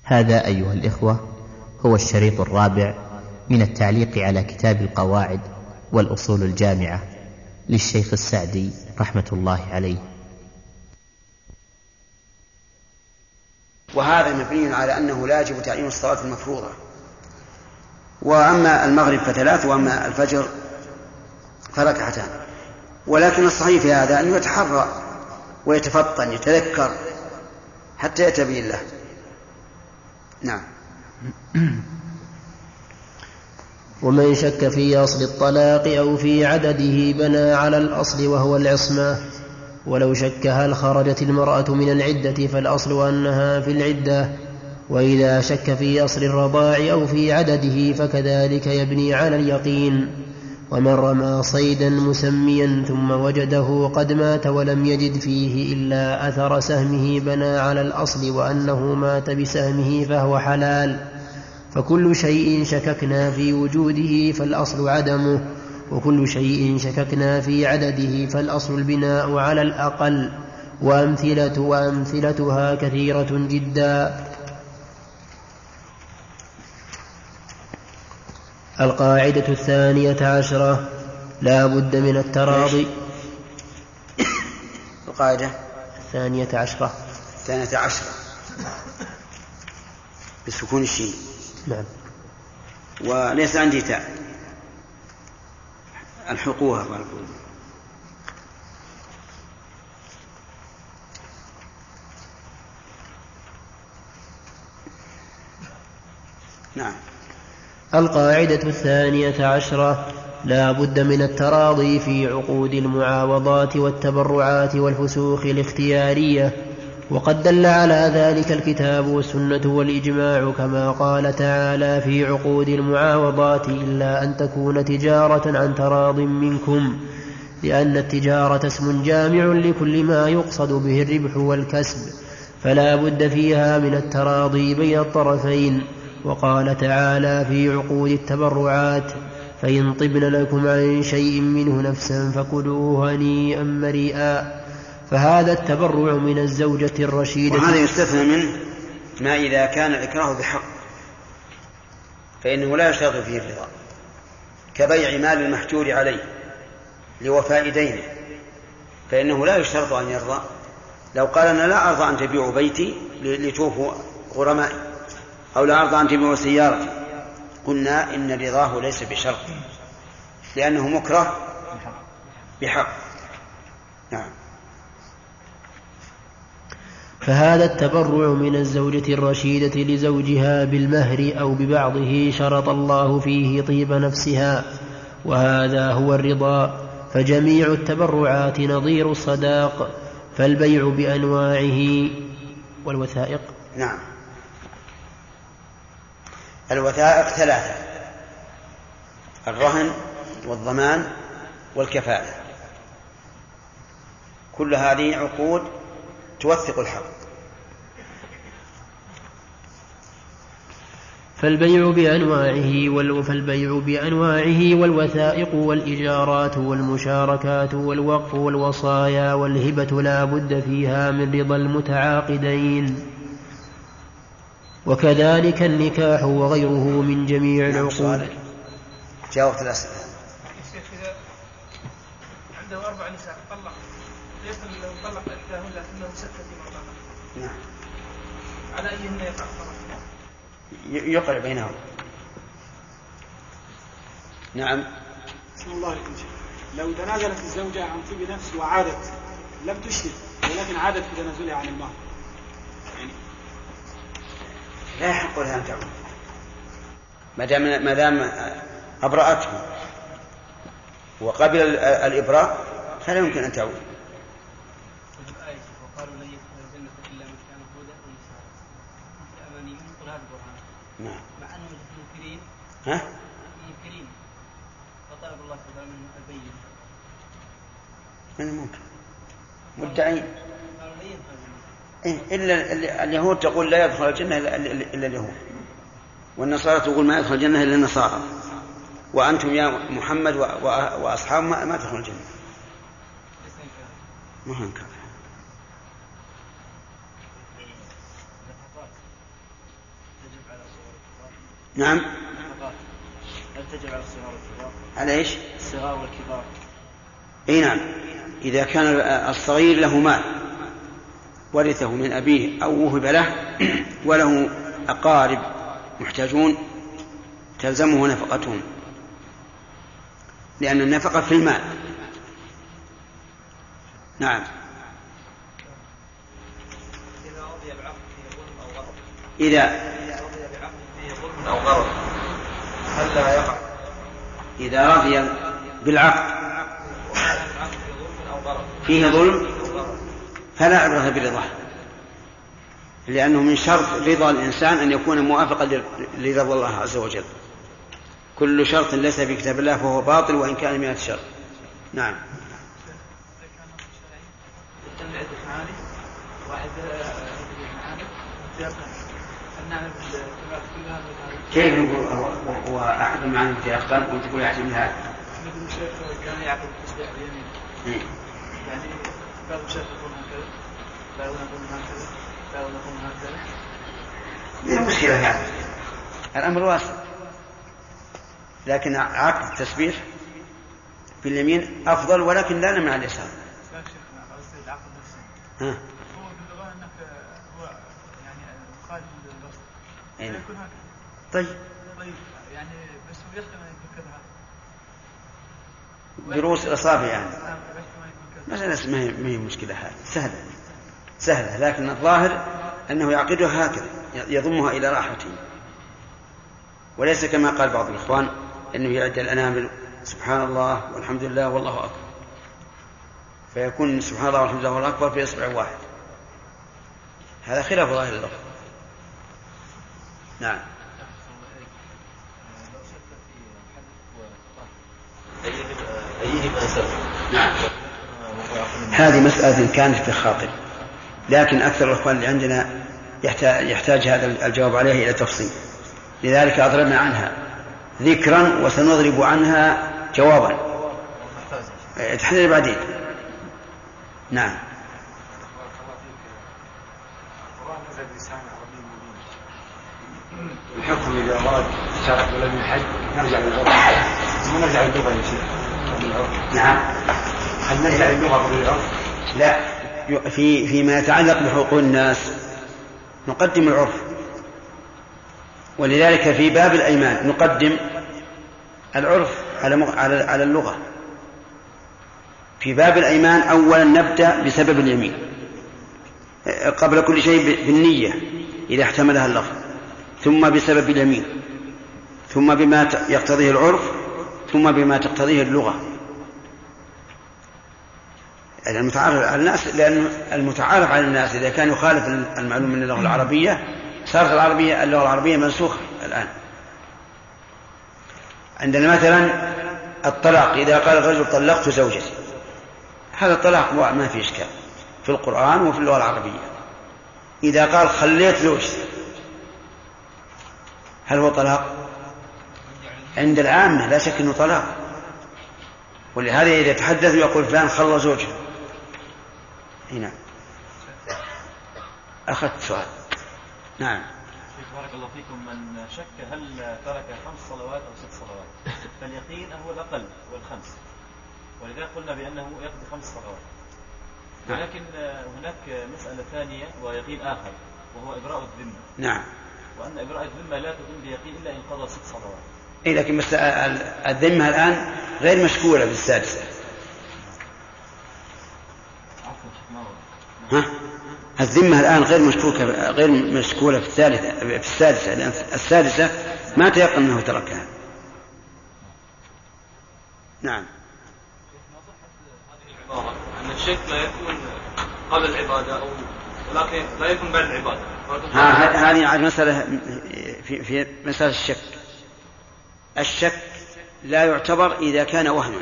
هذا أيها الإخوة هو الشريط الرابع من التعليق على كتاب القواعد والأصول الجامعة للشيخ السعدي رحمة الله عليه. وهذا مبني على أنه لا يجب تعيين الصلاة المفروضة، وأما المغرب ف3 وأما الفجر فركعتان. ولكن الصحيح في هذا أن يتحرى ويتفطن يتذكر حتى يتبين له. نعم. ومن شك في أصل الطلاق أو في عدده بنى على الأصل وهو العصمة، ولو شك هل خرجت المرأة من العدة فالأصل أنها في العدة، وإذا شك في أصل الرضاع أو في عدده فكذلك يبني على اليقين. ومن رمى صيدا مسميا ثم وجده قد مات ولم يجد فيه إلا أثر سهمه بنى على الأصل وأنه مات بسهمه فهو حلال. فكل شيء شككنا في وجوده فالأصل عدمه، وكل شيء شككنا في عدده فالأصل البناء على الأقل، وأمثلتها كثيرة جدا. القاعدة 12 لا بد من التراضي. القاعدة 12 بسكون الشين. نعم. وليس عندي تاء، الحقوها. نعم. القاعدة 12 لا بد من التراضي في عقود المعاوضات والتبرعات والفسوخ الاختيارية، وقد دل على ذلك الكتاب والسنة والإجماع، كما قال تعالى في عقود المعاوضات إلا أن تكون تجارة عن تراض منكم، لأن التجارة اسم جامع لكل ما يقصد به الربح والكسب، فلا بد فيها من التراضي بين الطرفين. وقال تعالى في عقود التبرعات فإن طبن لكم عن شيء منه نفسا فكلوه هنيئا مريئا. فهذا التبرع من الزوجة الرشيدة. وهذا يستثنى منه ما إذا كان الإكراه بحق، فإنه لا يشترط فيه الرضا، كبيع مال المحجور عليه لوفاء دينه، فإنه لا يشترط أن يرضى. لو قال أنا لا أرضى أن تبيعوا بيتي لتوفوا غرمائي، أو لا أرضى أن تبيعوا سيارتي، قلنا إن رضاه ليس بشرط، لأنه مكره بحق. نعم. فهذا التبرع من الزوجة الرشيدة لزوجها بالمهر أو ببعضه شرط الله فيه طيب نفسها، وهذا هو الرضا. فجميع التبرعات نظير الصداق، فالبيع بأنواعه والوثائق. نعم. الوثائق 3: الرهن والضمان والكفالة. كل هذه عقود توثق الحق. فالبيع بأنواعه والوثائق والإجارات والمشاركات والوقف والوصايا والهبة لا بد فيها من رضا المتعاقدين، وكذلك النكاح وغيره من جميع العقود. جاوبت الأسئلة. عنده 4 نساء طلق، يقول لو طلق إحداهن لكنه سكت فيما طلق. نعم. على أيهن يقع الطلاق؟ يقع بينهم. نعم. بسم الله عليكم. لو تنازلت الزوجة عن طيب نفس وعادت لم تشهد، ولكن عادت بتنازلها عن المهر، يعني لا يحق لها أن تعود ما دام أبرأته وقبل الإبراء فلا يمكن أن تعود. نعم. مع أنهم منكرين. ها؟ منكرين، فطلب الله تعالى منهم البين. من المنكر؟ مدعين. إلا اليهود تقول لا يدخل الجنة إلا اليهود، والنصارى تقول ما يدخل الجنة إلا النصارى، وأنتم يا محمد وأصحاب ما تدخل الجنة. ما هو انكار. نعم. هل تجب على الصغار والكبار؟ على إيش؟ الصغار والكبار. أي نعم، إذا كان الصغير له مال ورثه من أبيه أو وهب له وله أقارب محتاجون تلزمه نفقتهم، لأن النفقة في المال. نعم. إذا رضي بعقد فيه ظلم أو غرض. إذا رضي بعقد فيه ظلم أو غرض هل لا يقع؟ إذا رضي بالعقد فيه ظلم فلا عبرة برضاه، لأنه من شرط رضا الإنسان أن يكون موافقا لرضا الله عز وجل. كل شرط ليس في كتاب الله فهو باطل وإن كان 100 شرط. نعم. كيف نقول هو أحد المعاني متيقن وتقول يحتمل هذا؟ مثل الشيخ كان يعقد التسبيح بيمين، يعني بعض الشيخ يقول هكذا، بعض يقول هكذا، بعض يقول هكذا. ما المشكلة يعني؟ الأمر واسع، لكن عقد التسبيح في اليمين أفضل، ولكن لا نمنع اليسار. لا شيخنا قصدي العقد نفسه. ها. هو باللغة أنك هو يعني خارج اللفظ. يكون هكذا. طيب يعني بس هو يحتمل أن يكون كذا. برؤوس الأصابع يعني. مثلا ما هي مشكلة، هذه سهلة، لكن الظاهر أنه يعقدها هكذا يضمها إلى راحته، وليس كما قال بعض الإخوان أنه يعد الأنامل سبحان الله والحمد لله والله أكبر، فيكون سبحان الله والحمد لله والله أكبر في إصبع واحد. هذا خلاف ظاهر اللفظ. نعم. نعم. هذه مسألة كانت في خاطر، لكن أكثر الأخوان اللي عندنا يحتاج هذا الجواب عليه إلى تفصيل، لذلك أضربنا عنها ذكرا وسنضرب عنها جوابا تحلل بعدين. نعم. الحكم إذا أراد الشرع ولم يحج نرجع للغرب ونرجع للغة يا شيخ. نعم. هل نرجع للغة بالعرف؟ لا، فيما يتعلق بحقوق الناس نقدم العرف، ولذلك في باب الأيمان نقدم العرف على اللغة. في باب الأيمان أولا نبدأ بسبب اليمين قبل كل شيء بالنية إذا احتملها اللفظ، ثم بسبب اليمين، ثم بما يقتضيه العرف، ثم بما تقتضيه اللغة. المتعارف على الناس، لأن المتعارف على الناس إذا كان يخالف المعلوم من اللغة العربية صارت اللغة العربية منسوخة الآن. عندنا مثلا الطلاق، إذا قال الرجل طلقت زوجتي، هذا الطلاق ما في إشكال في القرآن وفي اللغة العربية. إذا قال خليت زوجتي، هل هو طلاق؟ عند العامة لا شك أنه طلاق، ولهذا إذا تحدث يقول فلان خلى زوجه. هنا أخذت سؤال. نعم. بارك الله فيكم. من شك هل ترك 5 صلوات أو 6 صلوات فاليقين هو الأقل والخمس، ولذا قلنا بأنه يقضي 5 صلوات. ولكن هناك مسألة ثانية ويقين آخر وهو إبراء الذمة. نعم. وأن إبراء الذمة لا تكون بيقين إلا إن قضى 6 صلوات. إيه، لكن الذمة الآن غير مشكولة في السادسة. ها؟ الذمة الآن غير مشكولة في السادسة، لأن السادسة ما تيقن أنه تركها. نعم. أن الشك لا يكون قبل العبادة ولكن لا يكون بعد العبادة. هذه مسألة في مسألة الشك. الشك لا يعتبر إذا كان وهما،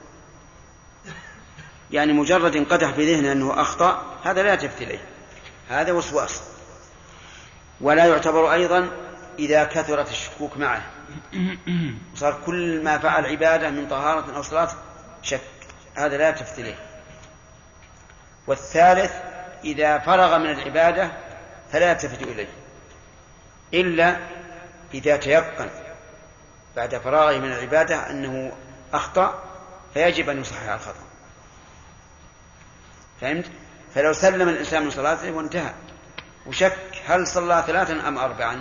يعني مجرد انقدح في ذهنه أنه أخطأ هذا لا يلتفت إليه، هذا وسواس. ولا يعتبر أيضا إذا كثرت الشكوك معه، صار كل ما فعل عبادة من طهارة أو صلاة شك، هذا لا يلتفت إليه. والثالث إذا فرغ من العبادة فلا يلتفت إليه إلا إذا تيقن بعد فراغه من العبادة أنه أخطأ فيجب أن يصحح الخطأ. فهمت؟ فلو سلم الإنسان من صلاته وانتهى وشك هل صلى 3 أم 4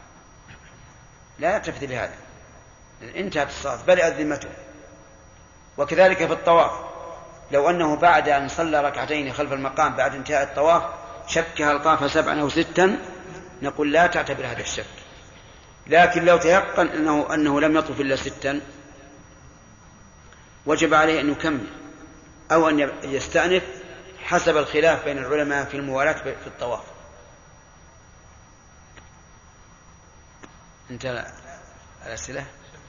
لا يلتفت لهذا، انتهت الصلاة برئت ذمته. وكذلك في الطواف، لو أنه بعد أن صلى 2 خلف المقام بعد انتهاء الطواف شك هل طاف 7 أو 6 نقول لا تعتبر هذا الشك. لكن لو تيقن أنه لم يطف إلا 6 وجب عليه أن يكمل أو أن يستأنف حسب الخلاف بين العلماء في الموالاة في الطواف. انتهى الأسئلة.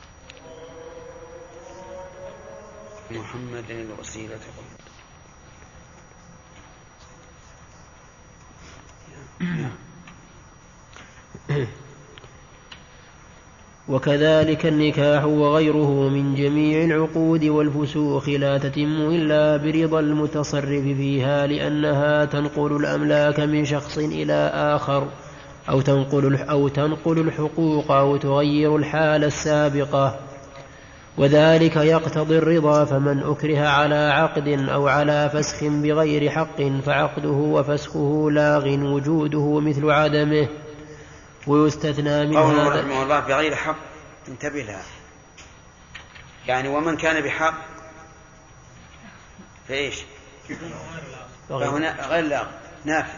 محمد الوسيلة. وكذلك النكاح وغيره من جميع العقود والفسوخ لا تتم إلا برضا المتصرف فيها، لأنها تنقل الأملاك من شخص إلى آخر أو تنقل الحقوق أو تغير الحال السابقة، وذلك يقتضي الرضا. فمن أكره على عقد أو على فسخ بغير حق فعقده وفسخه لاغ وجوده مثل عدمه. ويستثنى من قوله هذا رحمه الله بغير حق، انتبه لها، يعني ومن كان بحق فإيش؟ فهنا غير لاغ نافع.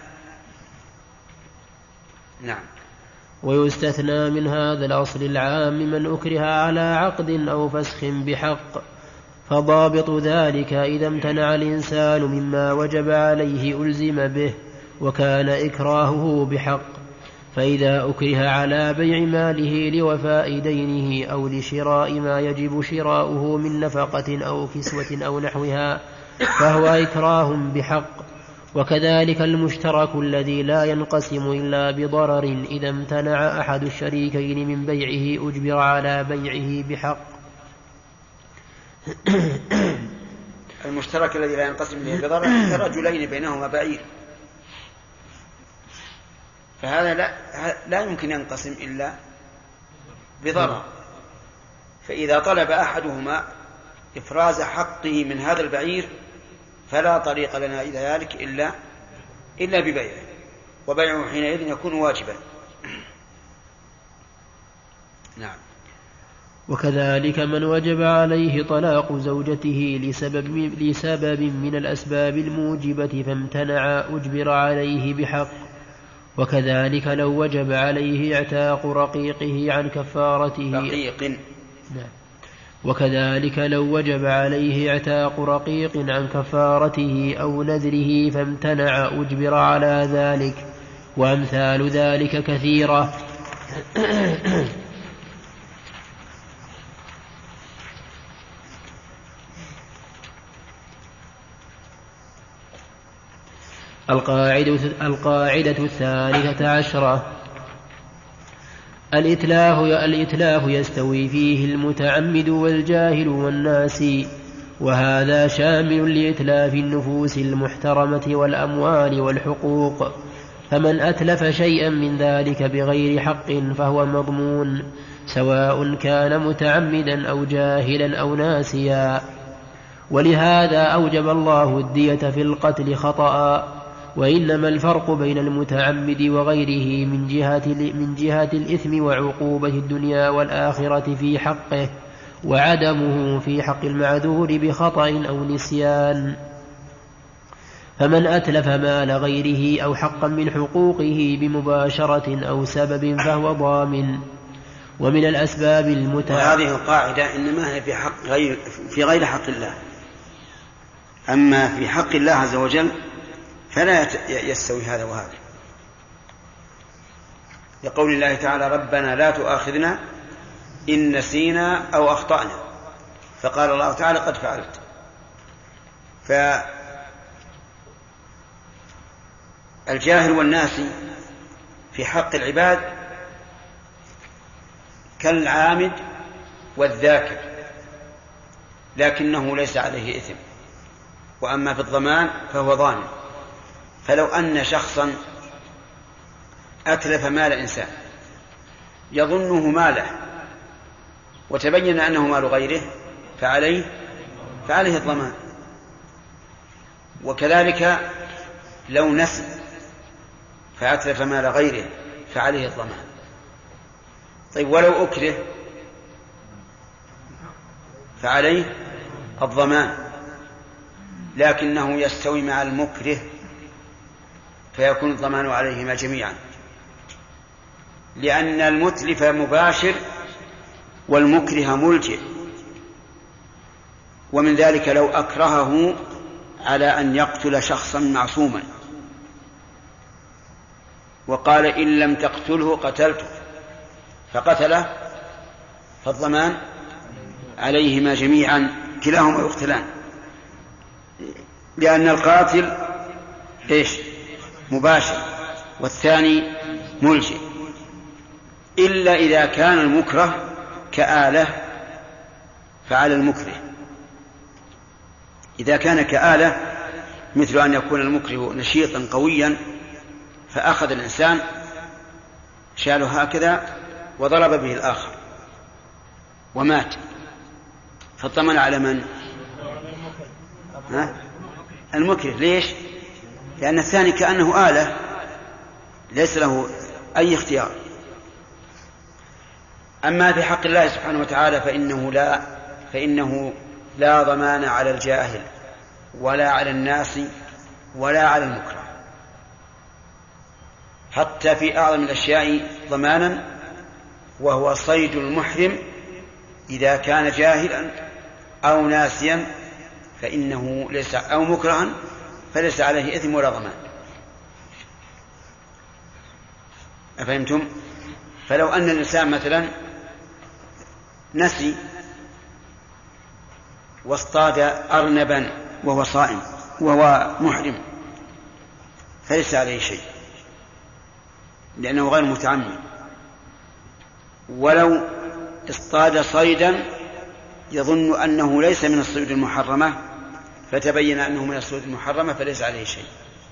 نعم. ويستثنى من هذا الأصل العام من أكره على عقد أو فسخ بحق، فضابط ذلك إذا امتنع الإنسان مما وجب عليه ألزم به وكان إكراهه بحق. فإذا أكره على بيع ماله لوفاء دينه أو لشراء ما يجب شراؤه من نفقة أو كسوة أو نحوها فهو إكراه بحق. وكذلك المشترك الذي لا ينقسم إلا بضرر إذا امتنع أحد الشريكين من بيعه أجبر على بيعه بحق. المشترك الذي لا ينقسم إلا بضرر كرجلين بينهما بعير، فهذا لا يمكن ينقسم إلا بضرر. فإذا طلب أحدهما إفراز حقه من هذا البعير فلا طريق لنا إلى ذلك إلا ببيعه، وبيعه حينئذ يكون واجبا. نعم. وكذلك من وجب عليه طلاق زوجته لسبب من الأسباب الموجبة فامتنع أجبر عليه بحق. وكذلك لو وجب عليه اعتاق رقيقه عن كفارته وكذلك لو وجب عليه اعتاق رقيق عن كفارته أو نذره فامتنع أجبر على ذلك، وأمثال ذلك كثيرة. القاعدة 13. الإتلاف يستوي فيه المتعمد والجاهل والناسي، وهذا شامل لإتلاف النفوس المحترمة والأموال والحقوق. فمن أتلف شيئا من ذلك بغير حق فهو مضمون، سواء كان متعمدا أو جاهلا أو ناسيا. ولهذا أوجب الله الدية في القتل خطأ، وإنما الفرق بين المتعمد وغيره من جهة الإثم وعقوبة الدنيا والآخرة في حقه، وعدمه في حق المعذور بخطأ أو نسيان. فمن أتلف مال غيره أو حقا من حقوقه بمباشرة أو سبب فهو ضامن. ومن الأسباب وهذه القاعدة إنما هي في غير حق الله، أما في حق الله عز وجل فلا يستوي هذا وهذا. لقول الله تعالى ربنا لا تؤاخذنا إن نسينا أو أخطأنا، فقال الله تعالى قد فعلت. فالجاهل والناسي في حق العباد كالعامد والذاكر، لكنه ليس عليه إثم. وأما في الضمان فهو ضامن. فلو أن شخصا أتلف مال إنسان يظنه ماله وتبين أنه مال غيره فعليه الضمان. وكذلك لو نسي فأتلف مال غيره فعليه الضمان. طيب ولو أكره فعليه الضمان، لكنه يستوي مع المكره فيكون الضمان عليهما جميعا، لأن المتلف مباشر والمكره ملجئ. ومن ذلك لو أكرهه على أن يقتل شخصا معصوما وقال إن لم تقتله قتلته فقتله فالضمان عليهما جميعا، كلاهما يقتلان، لأن القاتل مباشر والثاني ملجئ، إلا إذا كان المكره كآلة فعلى المكره. إذا كان كآلة مثل أن يكون المكره نشيطا قويا فأخذ الإنسان شاله هكذا وضرب به الآخر ومات، فالضمان على من؟ المكره. ليش؟ لأن الثاني كأنه آلة ليس له أي اختيار. أما في حق الله سبحانه وتعالى فإنه لا ضمان على الجاهل ولا على الناس ولا على المكره، حتى في أعظم الأشياء ضمانا، وهو صيد المحرم إذا كان جاهلا أو ناسيا فإنه ليس، أو مكرها فليس عليه إثم ولا ضمان. أفهمتم؟ فلو أن الإنسان مثلا نسي واصطاد أرنبا وهو صائم وهو محرم فليس عليه شيء لأنه غير متعمد. ولو اصطاد صيدا يظن أنه ليس من الصيد المحرمة فتبين أنه من الصيد المحرمة فليس عليه شيء.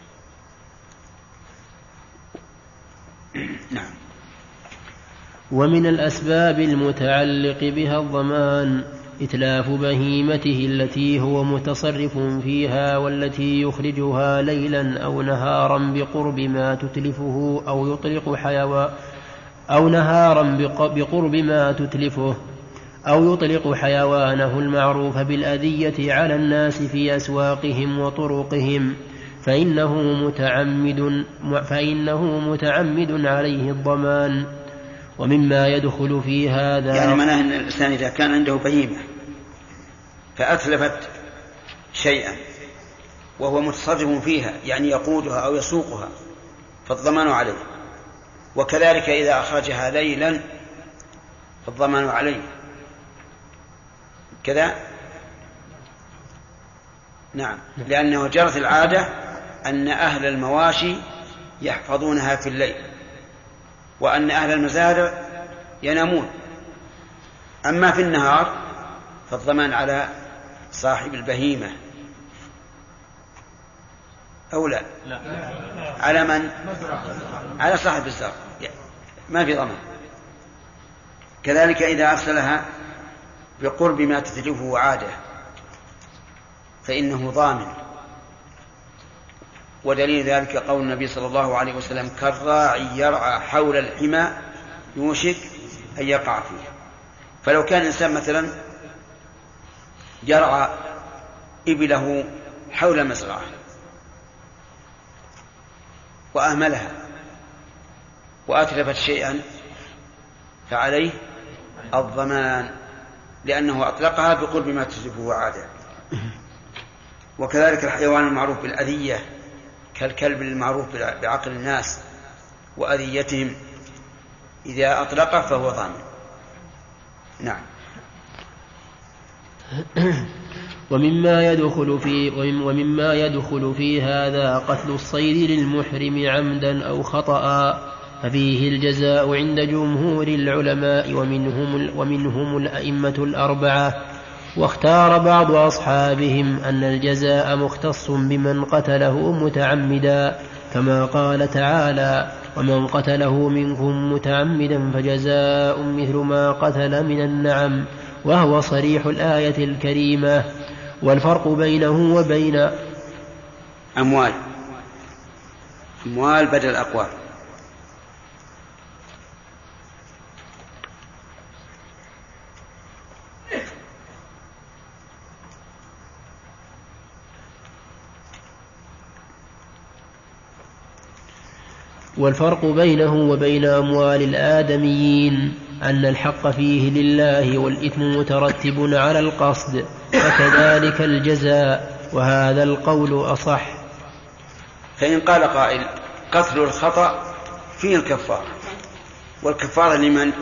نعم. ومن الأسباب المتعلق بها الضمان إتلاف بهيمته التي هو متصرف فيها والتي يخرجها ليلا أو نهارا بقرب ما تتلفه أو يطلق حيوان أو نهارا بقرب ما تتلفه أو يطلق حيوانه المعروف بالأذية على الناس في أسواقهم وطرقهم فإنه متعمد عليه الضمان. ومما يدخل في هذا يعني معناه أن الإنسان إذا كان عنده بهيمة فأتلفت شيئا وهو متصرف فيها يعني يقودها أو يسوقها فالضمان عليه، وكذلك إذا أخرجها ليلا فالضمان عليه كذا. نعم، لأنه جرت العادة أن أهل المواشي يحفظونها في الليل وأن أهل المزارع ينامون، أما في النهار فالضمان على صاحب البهيمة أو لا؟ على من؟ على صاحب الزرع ما في ضمان. كذلك إذا أرسلها بقرب ما تتلفه عادة فإنه ضامن، ودليل ذلك قول النبي صلى الله عليه وسلم كالراعي يرعى حول الحمى يوشك أن يقع فيه. فلو كان الإنسان مثلا يرعى إبله حول مزرعة وأهملها وأتلفت شيئا فعليه الضمان لأنه أطلقها بقرب ما تتلفه عادة. وكذلك الحيوان المعروف بالأذية كالكلب المعروف بعقل الناس وأذيتهم إذا أطلقه فهو ضامن. نعم. ومما يدخل في هذا قتل الصيد للمحرم عمدا أو خطأ ففيه الجزاء عند جمهور العلماء ومنهم الأئمة الأربعة، واختار بعض أصحابهم أن الجزاء مختص بمن قتله متعمدا كما قال تعالى ومن قتله منكم متعمدا فجزاء مثل ما قتل من النعم، وهو صريح الآية الكريمة. والفرق بينه وبين أموال بدل أقوال. والفرق بينه وبين أموال الآدميين أن الحق فيه لله والإثم مترتب على القصد، فكذلك الجزاء، وهذا القول أصح. فإن قال قائل قتل الخطأ فيه الكفارة، والكفارة لمن؟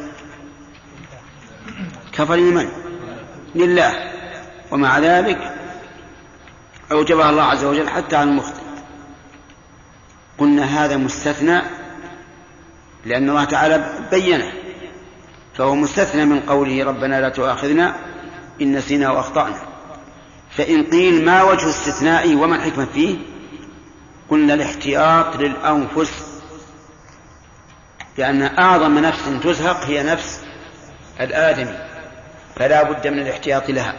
كفر لمن؟ لله، ومع ذلك أوجبها الله عز وجل حتى عن المخطئ. قلنا هذا مستثنى لأن الله تعالى بينه، فهو مستثنى من قوله ربنا لا تؤاخذنا إن نسينا وأخطأنا. فإن قيل ما وجه الاستثناء وما الحكمة فيه؟ قلنا الاحتياط للأنفس، لأن أعظم نفس تزهق هي نفس الآدمي، فلا بد من الاحتياط لها،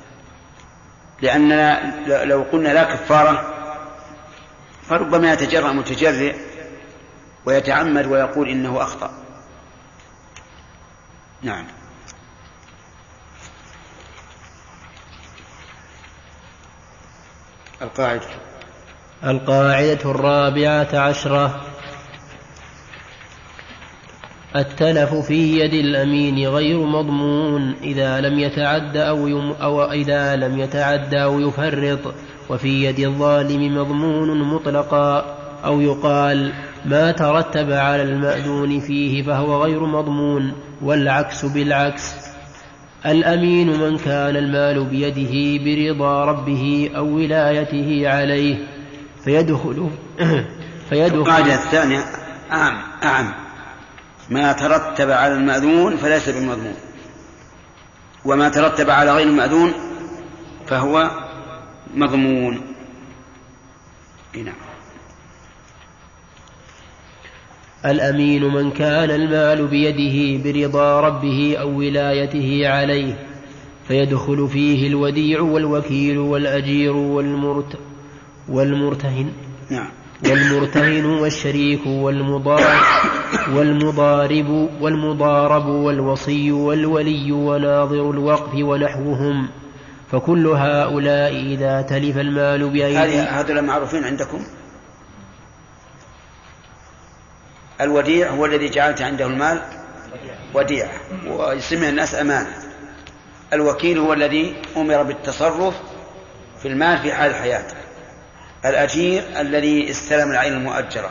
لأننا لو قلنا لا كفارة فربما يتجرأ متجرئ ويتعمد ويقول إنه أخطأ. نعم. القاعدة 14. التلف في يد الأمين غير مضمون إذا لم يتعد أو يفرط، وفي يد الظالم مضمون مطلقا. أو يقال ما ترتب على المأذون فيه فهو غير مضمون، والعكس بالعكس. الأمين من كان المال بيده برضا ربه أو ولايته عليه فيدخل القاعدة الثانية أعم، ما ترتب على المأذون فليس بمضمون، وما ترتب على غير المأذون فهو مضمون. نعم. الأمين من كان المال بيده برضا ربه أو ولايته عليه فيدخل فيه الوديع والوكيل والأجير والمرتهن والشريك والمضارب والوصي والولي وناظر الوقف ونحوهم، فكل هؤلاء إذا تلف المال بأيدي. هذول معروفين عندكم. الوديع هو الذي جعلت عنده المال وديعة ويسميه الناس أمانة. الوكيل هو الذي أمر بالتصرف في المال في حال حياته. الأجير الذي استلم العين المؤجرة.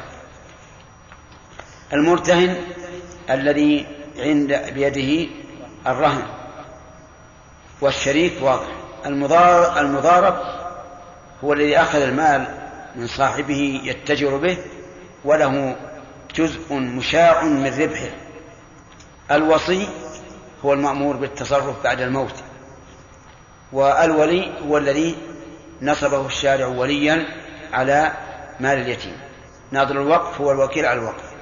المرتهن الذي بيده الرهن. والشريك واضح. المضارب هو الذي أخذ المال من صاحبه يتجر به وله جزء مشاع من ربحه. الوصي هو المأمور بالتصرف بعد الموت. والولي هو الذي نصبه الشارع وليا على مال اليتيم. ناظر الوقف هو الوكيل على الوقف.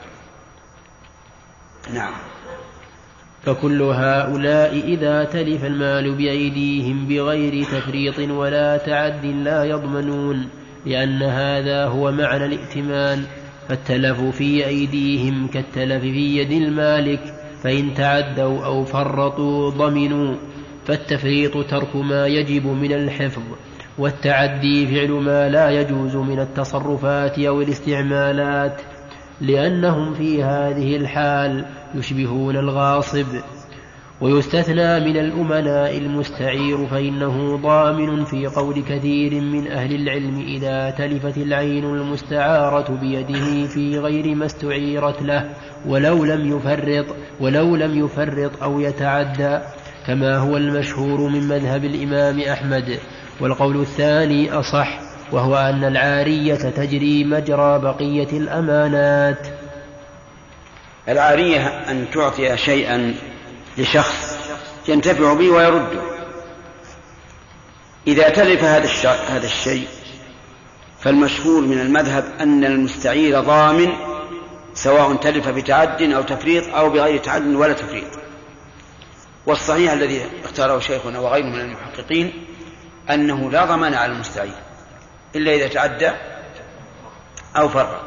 نعم. فكل هؤلاء إذا تلف المال بأيديهم بغير تفريط ولا تعد لا يضمنون، لأن هذا هو معنى الائتمان. فالتلف في أيديهم كالتلف في يد المالك، فإن تعدوا أو فرطوا ضمنوا. فالتفريط ترك ما يجب من الحفظ، والتعدي فعل ما لا يجوز من التصرفات أو الاستعمالات، لأنهم في هذه الحال يشبهون الغاصب. ويستثنى من الأمناء المستعير، فإنه ضامن في قول كثير من أهل العلم إذا تلفت العين المستعارة بيده في غير ما استعيرت له ولو لم يفرط أو يتعدى، كما هو المشهور من مذهب الإمام أحمد. والقول الثاني أصح، وهو أن العارية تجري مجرى بقية الأمانات. العارية أن تعطي شيئا لشخص ينتفع به ويرده. إذا تلف هذا الشيء فالمشهور من المذهب أن المستعير ضامن سواء تلف بتعد أو تفريط أو بغير تعد ولا تفريط. والصحيح الذي اختاره شيخنا وغيره من المحققين أنه لا ضمان على المستعير إلا إذا تعدى أو فرط.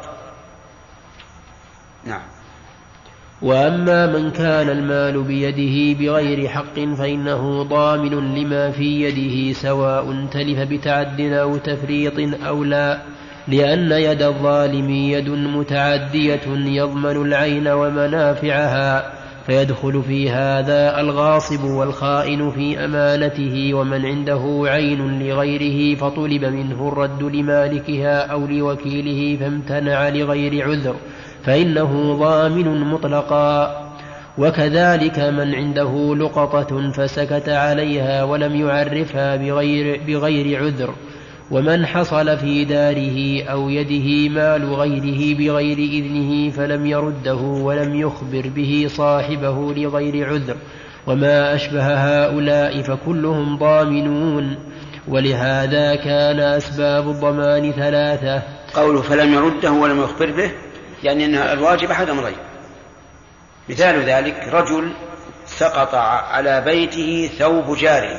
نعم. وأما من كان المال بيده بغير حق فإنه ضامن لما في يده سواء تلف بتعد أو تفريط أو لا، لأن يد الظالم يد متعدية يضمن العين ومنافعها، فيدخل في هذا الغاصب والخائن في أمانته، ومن عنده عين لغيره فطلب منه الرد لمالكها أو لوكيله فامتنع لغير عذر فإنه ضامن مطلقا. وكذلك من عنده لقطة فسكت عليها ولم يعرفها بغير عذر، ومن حصل في داره أو يده مال غيره بغير إذنه فلم يرده ولم يخبر به صاحبه لغير عذر، وما أشبه هؤلاء فكلهم ضامنون. ولهذا كان أسباب الضمان ثلاثة. قوله فلم يرده ولم يخبر به يعني أن الواجب أحد أمرين. مثال ذلك رجل سقط على بيته ثوب جاره،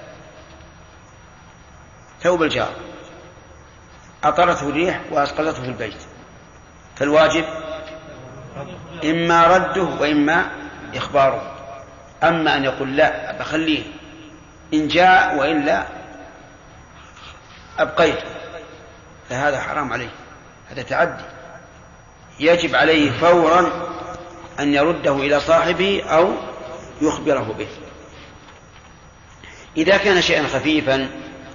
ثوب الجار، أطرته الريح وأسقطته في البيت، فالواجب إما رده وإما إخباره. أما أن يقول لا بخليه إن جاء وإلا أبقيته فهذا حرام عليه، هذا تعدي. يجب عليه فورا أن يرده إلى صاحبه أو يخبره به. إذا كان شيئا خفيفا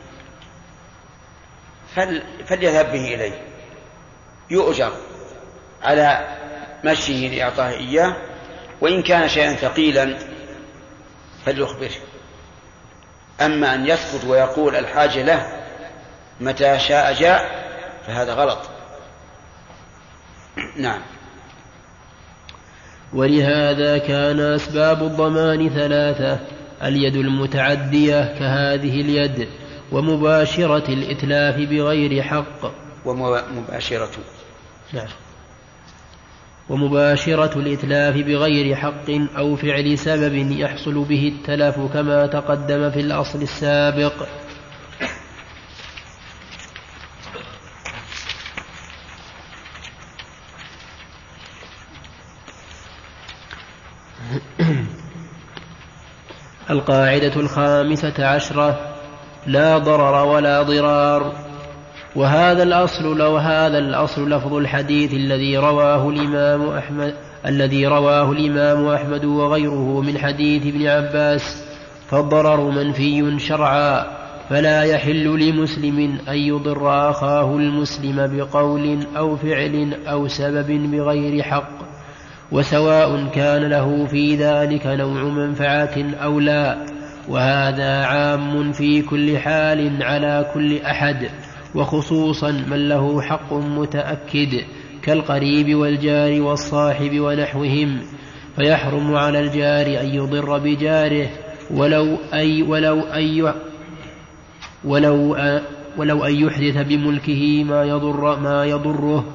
فليذهب به إليه، يؤجر على مشيه لإعطاه إياه، وإن كان شيئا ثقيلا فليخبره. أما أن يسكت ويقول الحاجة له متى شاء جاء فهذا غلط. نعم. ولهذا كان أسباب الضمان ثلاثة: اليد المتعدية كهذه اليد، ومباشرة الإتلاف بغير حق، ومباشرة الإتلاف بغير حق أو فعل سبب يحصل به التلف كما تقدم في الأصل السابق. القاعدة 15: لا ضرر ولا ضرار. وهذا الأصل لفظ الحديث الذي رواه الإمام أحمد وغيره من حديث ابن عباس، فالضرر منفي شرعا، فلا يحل لمسلم أن يضر أخاه المسلم بقول أو فعل أو سبب بغير حق، وسواء كان له في ذلك نوع منفعة أو لا. وهذا عام في كل حال على كل أحد، وخصوصا من له حق متأكد كالقريب والجار والصاحب ونحوهم، فيحرم على الجار أن يضر بجاره ولو أن يحدث بملكه ما يضره.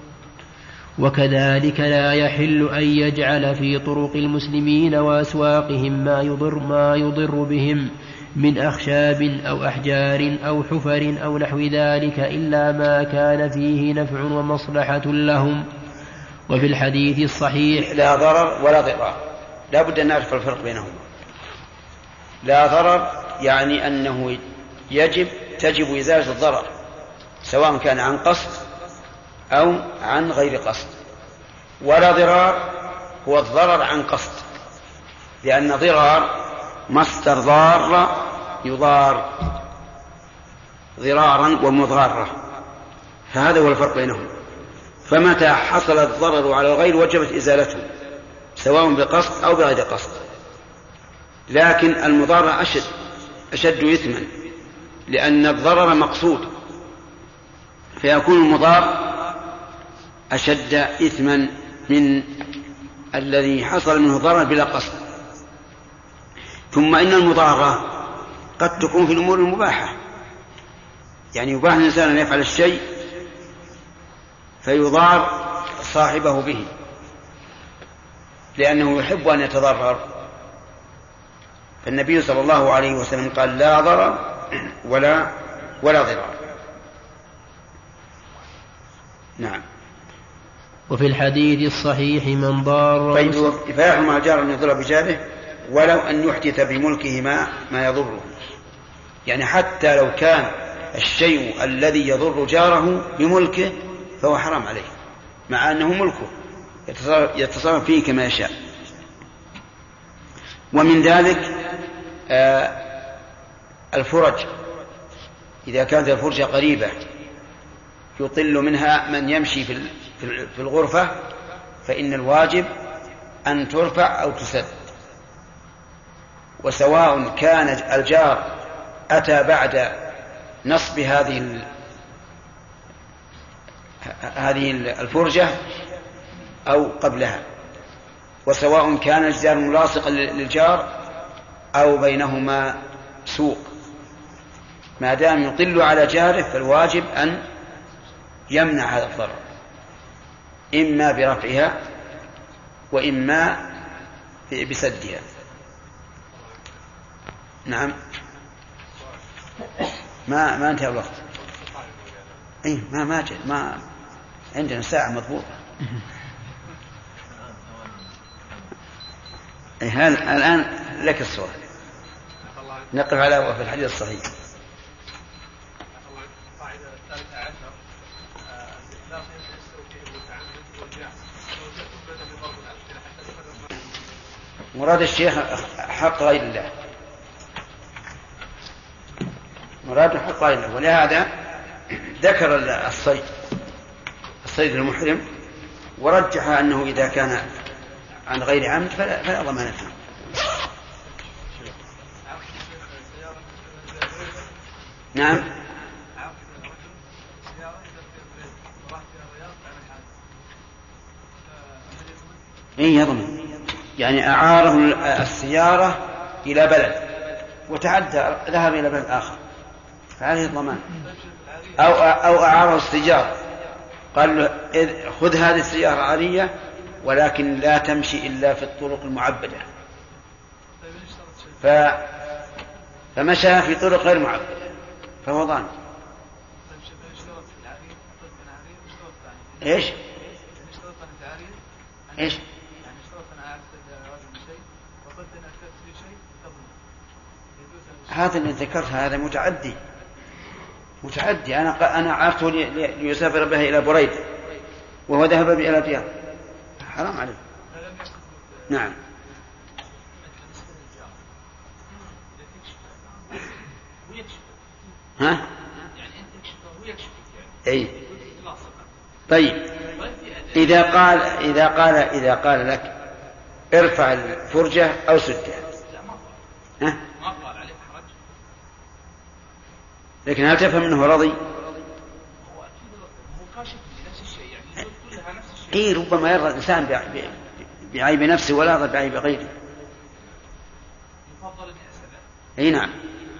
وكذلك لا يحل أن يجعل في طرق المسلمين وأسواقهم ما يضر بهم من أخشاب أو أحجار أو حفر أو نحو ذلك إلا ما كان فيه نفع ومصلحة لهم. وفي الحديث الصحيح: لا ضرر ولا ضرار، لا بد أن نعرف الفرق بينهما. لا ضرر يعني أنه تجب إزالة الضرر سواء كان عن قصد أو عن غير قصد. ولا ضرار هو الضرر عن قصد، لأن ضرار مصدر ضار يضار ضرارا ومضارة، فهذا هو الفرق بينهم. فمتى حصل الضرر على الغير وجبت إزالته سواء بقصد أو بغير قصد. لكن المضارة أشد إثما، لأن الضرر مقصود، فيكون المضار أشد إثما من الذي حصل منه ضرر بلا قصد. ثم إن المضارة قد تكون في الأمور المباحة، يعني يباح الإنسان أن يفعل الشيء فيضار صاحبه به، لأنه يحب أن يتضرر. فالنبي صلى الله عليه وسلم قال لا ضرر ولا ضرار. نعم. وفي الحديث الصحيح من ضار فيحرم على الجار أن يضر بجاره ولو أن يحدث بملكه ما يضره، يعني حتى لو كان الشيء الذي يضر جاره بملكه فهو حرام عليه، مع أنه ملكه يتصرف فيه كما يشاء. ومن ذلك الفرج، إذا كانت الفرجة قريبة يطل منها من يمشي في الغرفة فإن الواجب أن ترفع أو تسد. وسواء كان الجار أتى بعد نصب هذه الفرجة أو قبلها، وسواء كان الجدار ملاصقا للجار أو بينهما سوق، ما دام يطل على جاره فالواجب أن يمنع هذا الضرر، إما برفعها وإما بسدها. نعم. ما انتهى الوقت. اي ما عندنا ساعة مضبوطة. الآن لك السؤال. نقف على وفي الحديث الصحيح. مراد الشيخ حق غير الله، مراد حق غير الله، ولهذا ذكر الصيد المحرم ورجح أنه إذا كان عن غير عمد فلا ضمان فيه. نعم. يضمن، يعني أعاره السيارة إلى بلد وتعدى ذهب إلى بلد آخر فعليه الضمان، أو أعاره السيارة قال له خذ هذه السيارة عارية ولكن لا تمشي إلا في الطرق المعبدة، فمشى في طرق غير معبدة فهو ضامن. إيش هذا اللي ذكرت هذا متعدي. أنا عرفته ليسافر بها إلى بريدة وهو ذهب بها إلى الرياض، حرام عليه. نعم. ها؟ أي. طيب إذا قال لك ارفع الفرجة أو سدها، ها؟ لكن هل تفهم أنه رضي؟ ربما يرضى الإنسان بعيب نفسه ولا يرضى بعيب غيره. نعم.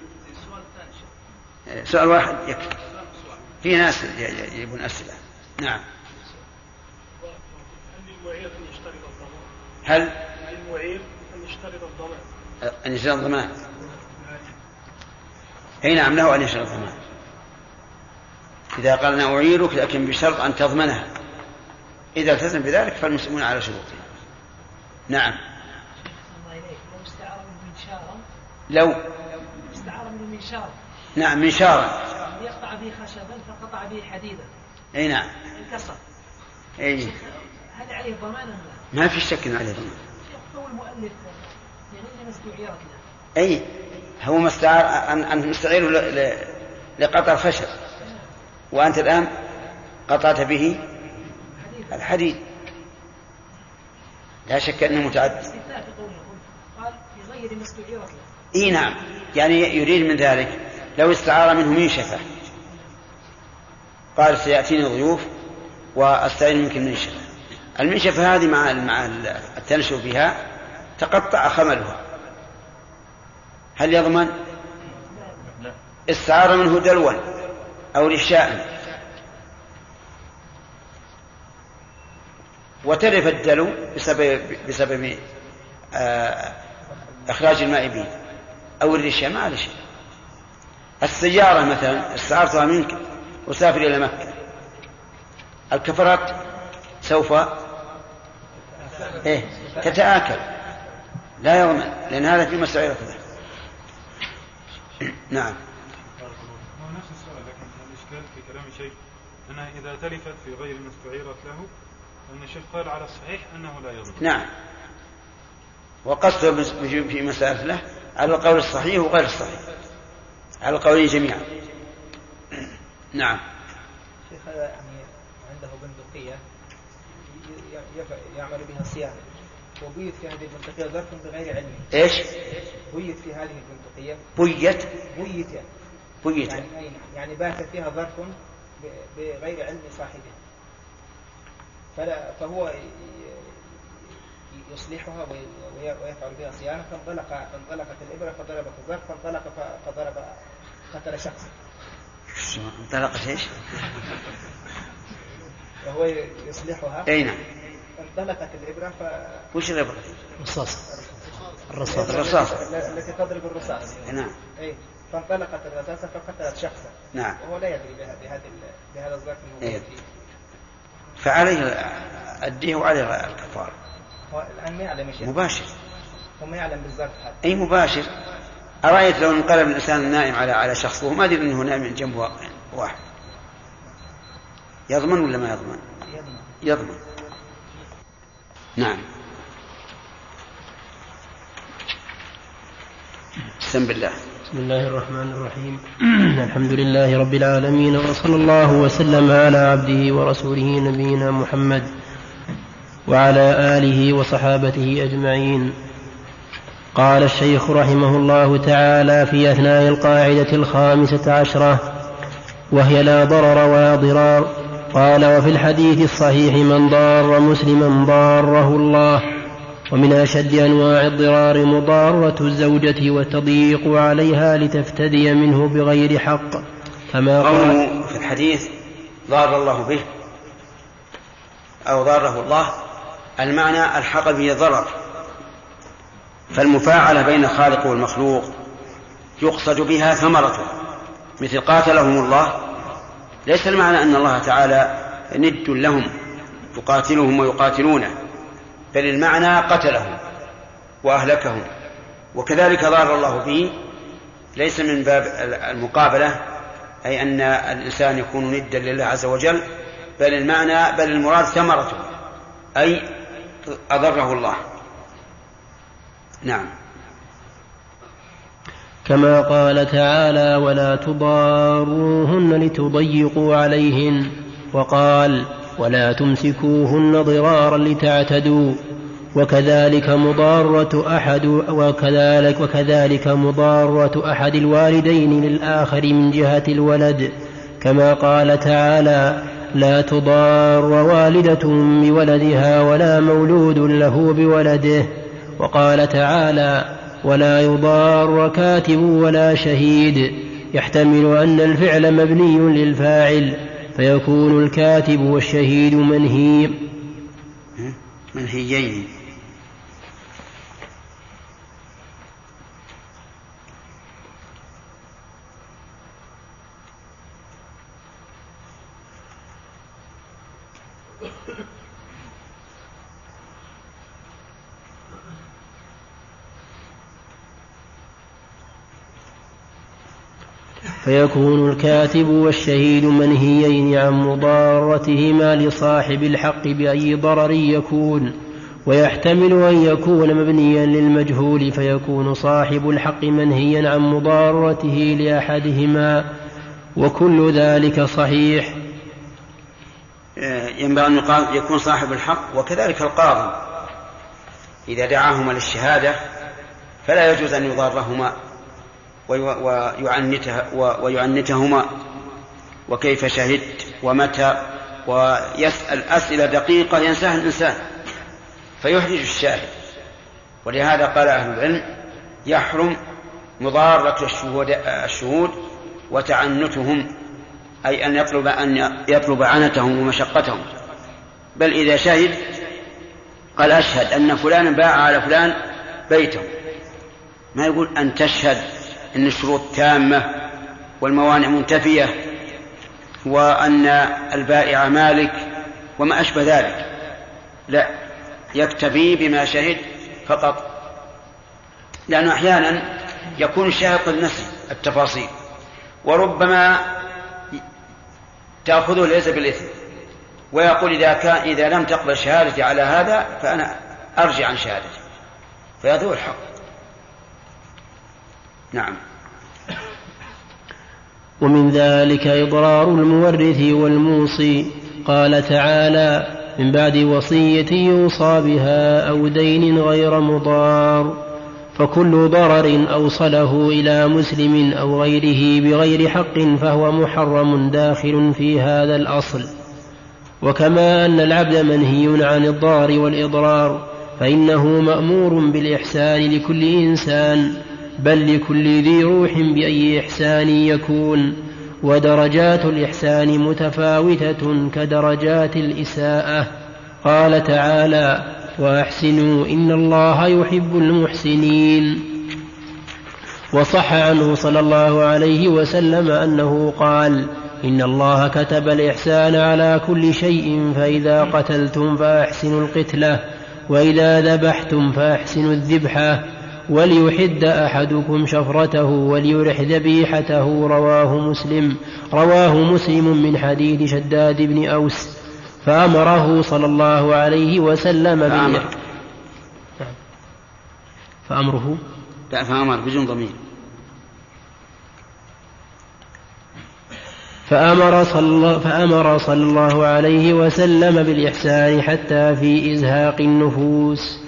سؤال واحد يكفي، في ناس يجيبون أسئلة. نعم. هل المعير أن يشترط الضمان؟ نعم، له أن يشترط الضمان إذا قال أنا أعيرك لكن بشرط أن تضمنها. إذا التزم بذلك فالمسلمون على شروطهم. نعم. لو استعار من منشار. نعم، منشارا يقطع به خشبا فقطع به حديدا. نعم. انكسر. هل عليه ضمان؟ ما في شك عليه ضمان. هو المؤلف يعني مستعير كذا. هو مستعار أن نستعيره لقطع الخشب، وأنت الآن قطعت به الحديد، لا شك أنه متعدد. قال في غير مستعير له. نعم، يعني يريد من ذلك لو استعار منه منشفة قال سيأتيني ضيوف وأستعين منك منشفة، المنشفة هذه مع التنشف بها تقطع خملها، هل يضمن؟ استعار منه دلوا أو رشاء وتلف الدلو بسبب إخراج الماء به أو الرشا ما على شيء. السيارة مثلا استعرتها منك وسافر إلى مكة، الكفرات سوف تتآكل لا يضمن، لأن هذا في مسعيرة له. نعم. نفس السؤال، لكن الإشكال في كلام الشيخ أنها إذا تلفت في غير ما استعيرت له، أن الشيخ قال على الصحيح أنه لا يضمن. نعم، وقصده في مسألة له على القول الصحيح وغير الصحيح، على القولين جميعا. نعم. شيخ يعني عنده بندقية يعمل بها صيانة، وبيت في هذه البندقية ظرف بغير علمه. ايش؟ بيت في هذه البندقية. بيت يعني بات فيها ظرف بغير علم صاحبه، فهو يصلحها ويفعل بها صيانة، فانطلقت الإبرة فضربت الظرف، فضرب قتل شخص. انطلقت ايش؟ وهو يصلحها. اي نعم. انطلقت الإبرة وش الإبرة؟ الرصاص التي تضرب الرصاص. نعم. اي فانطلقت الرصاصة فقتلت شخصا. نعم. وهو لا يدري بهذا الظرف الموجود فيه. فعليه أديه وعليه الكفار. الآن ما يعلم شيء. مباشر. هو ما يعلم بالظرف حتى. أي مباشر. أرأيت لو انقلب الإنسان النائم على شخص وما أدري أنه نائم من جنب واحد، يضمن ولا ما يضمن؟ يضمن. نعم. بسم الله. بسم الله الرحمن الرحيم. الحمد لله رب العالمين، وصلى الله وسلم على عبده ورسوله نبينا محمد وعلى آله وصحابته أجمعين. قال الشيخ رحمه الله تعالى في أثناء القاعدة 15، وهي لا ضرر ولا ضرار. قال: وفي الحديث الصحيح: من ضار مسلما ضاره الله. ومن أشد أنواع الضرار مضارة الزوجة وتضييق عليها لتفتدي منه بغير حق، كما قال في الحديث: ضار الله به أو ضاره الله، المعنى الحق به ضرر. فالمفاعلة بين الخالق والمخلوق يقصد بها ثمرته، مثل قاتلهم الله، ليس المعنى أن الله تعالى ند لهم يقاتلهم ويقاتلونه، بل المعنى قتلهم وأهلكهم. وكذلك ضار الله به ليس من باب المقابلة، أي أن الإنسان يكون ندا لله عز وجل، بل المراد ثمرته، أي أضره الله. نعم. كما قال تعالى: ولا تضاروهن لتضيقوا عليهن. وقال: ولا تمسكوهن ضرارا لتعتدوا. وكذلك مضارة أحد الوالدين للآخر من جهة الولد، كما قال تعالى: لا تضار والدة بولدها ولا مولود له بولده. وقال تعالى: ولا يضار كاتب ولا شهيد، يحتمل أن الفعل مبني للفاعل، فيكون الكاتب والشهيد منهيين. فيكون الكاتب والشهيد منهيين عن مضارتهما لصاحب الحق بأي ضرر يكون. ويحتمل أن يكون مبنيا للمجهول، فيكون صاحب الحق منهيا عن مضارته لأحدهما، وكل ذلك صحيح. ينبغي أن يكون صاحب الحق، وكذلك القاضي إذا دعاهما للشهادة فلا يجوز أن يضارهما ويعنتهما، وكيف شهدت ومتى، ويسأل أسئلة دقيقة ينساها الإنسان فيحرج الشاهد. ولهذا قال أهل العلم: يحرم مضارة الشهود وتعنتهم، أي أن يطلب عنتهم ومشقتهم، بل إذا شهد قال أشهد أن فلانا باع على فلان بيته، ما يقول أن تشهد أن الشروط تامة والموانع منتفية وأن البائع مالك وما أشبه ذلك، لا، يكتفي بما شهد فقط، لأنه أحيانا يكون الشاهد قد نسي التفاصيل، وربما تأخذه ليس بالإثم ويقول إذا لم تقبل شهادتي على هذا فأنا أرجع عن شهادتي، فهذا هو الحق. نعم. ومن ذلك إضرار المورث والموصي، قال تعالى: من بعد وصية يوصى بها أو دين غير مضار، فكل ضرر أوصله إلى مسلم أو غيره بغير حق فهو محرم داخل في هذا الأصل. وكما أن العبد منهي عن الضرر والإضرار، فإنه مأمور بالإحسان لكل إنسان، بل لكل ذي روح بأي إحسان يكون، ودرجات الإحسان متفاوتة كدرجات الإساءة. قال تعالى: وأحسنوا إن الله يحب المحسنين. وصح عنه صلى الله عليه وسلم أنه قال: إن الله كتب الإحسان على كل شيء، فإذا قتلتم فأحسنوا القتلة، وإذا ذبحتم فأحسنوا الذبحة، وليحد أحدكم شفرته وليرح ذبيحته. رواه مسلم من حديث شداد بن أوس. فأمره صلى الله عليه وسلم فأمره لا فأمر بدون ضمير. فأمر صلى الله عليه وسلم بالإحسان حتى في إزهاق النفوس.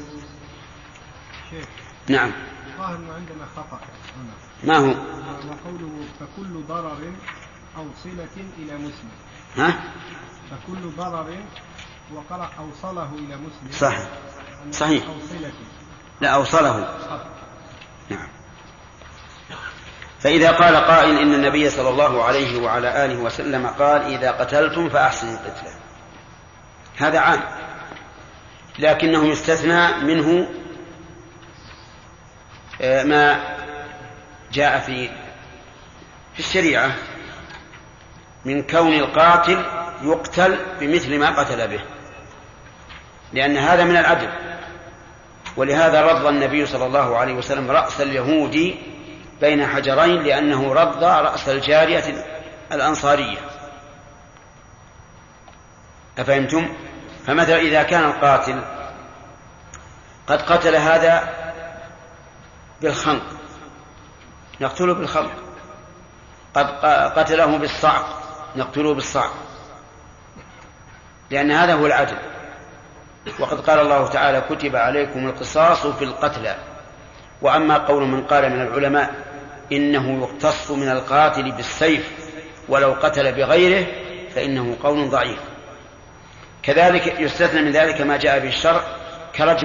نعم. ظاهر عندنا خطأ. ما هو؟ وقوله فكل ضرر أو صلة إلى مسلم. ها؟ فكل ضرر وقرأ أوصله إلى مسلم. صحيح. لا أوصله. نعم. فإذا قال قائل إن النبي صلى الله عليه وعلى آله وسلم قال: إذا قتلتم فأحسنوا القتلة، هذا عام، لكنه يستثنى منه ما جاء في الشريعة من كون القاتل يقتل بمثل ما قتل به، لأن هذا من العدل. ولهذا رضى النبي صلى الله عليه وسلم رأس اليهودي بين حجرين، لأنه رضى رأس الجارية الأنصارية. أفهمتم؟ فمثلا إذا كان القاتل قد قتل هذا بالخنق نقتله بالخنق، قد قتله بالصعق نقتله بالصعق، لأن هذا هو العدل. وقد قال الله تعالى: كتب عليكم القصاص في القتلى. وأما قول من قال من العلماء إنه يقتص من القاتل بالسيف ولو قتل بغيره فإنه قول ضعيف. كذلك يستثنى من ذلك ما جاء به الشرع كرجم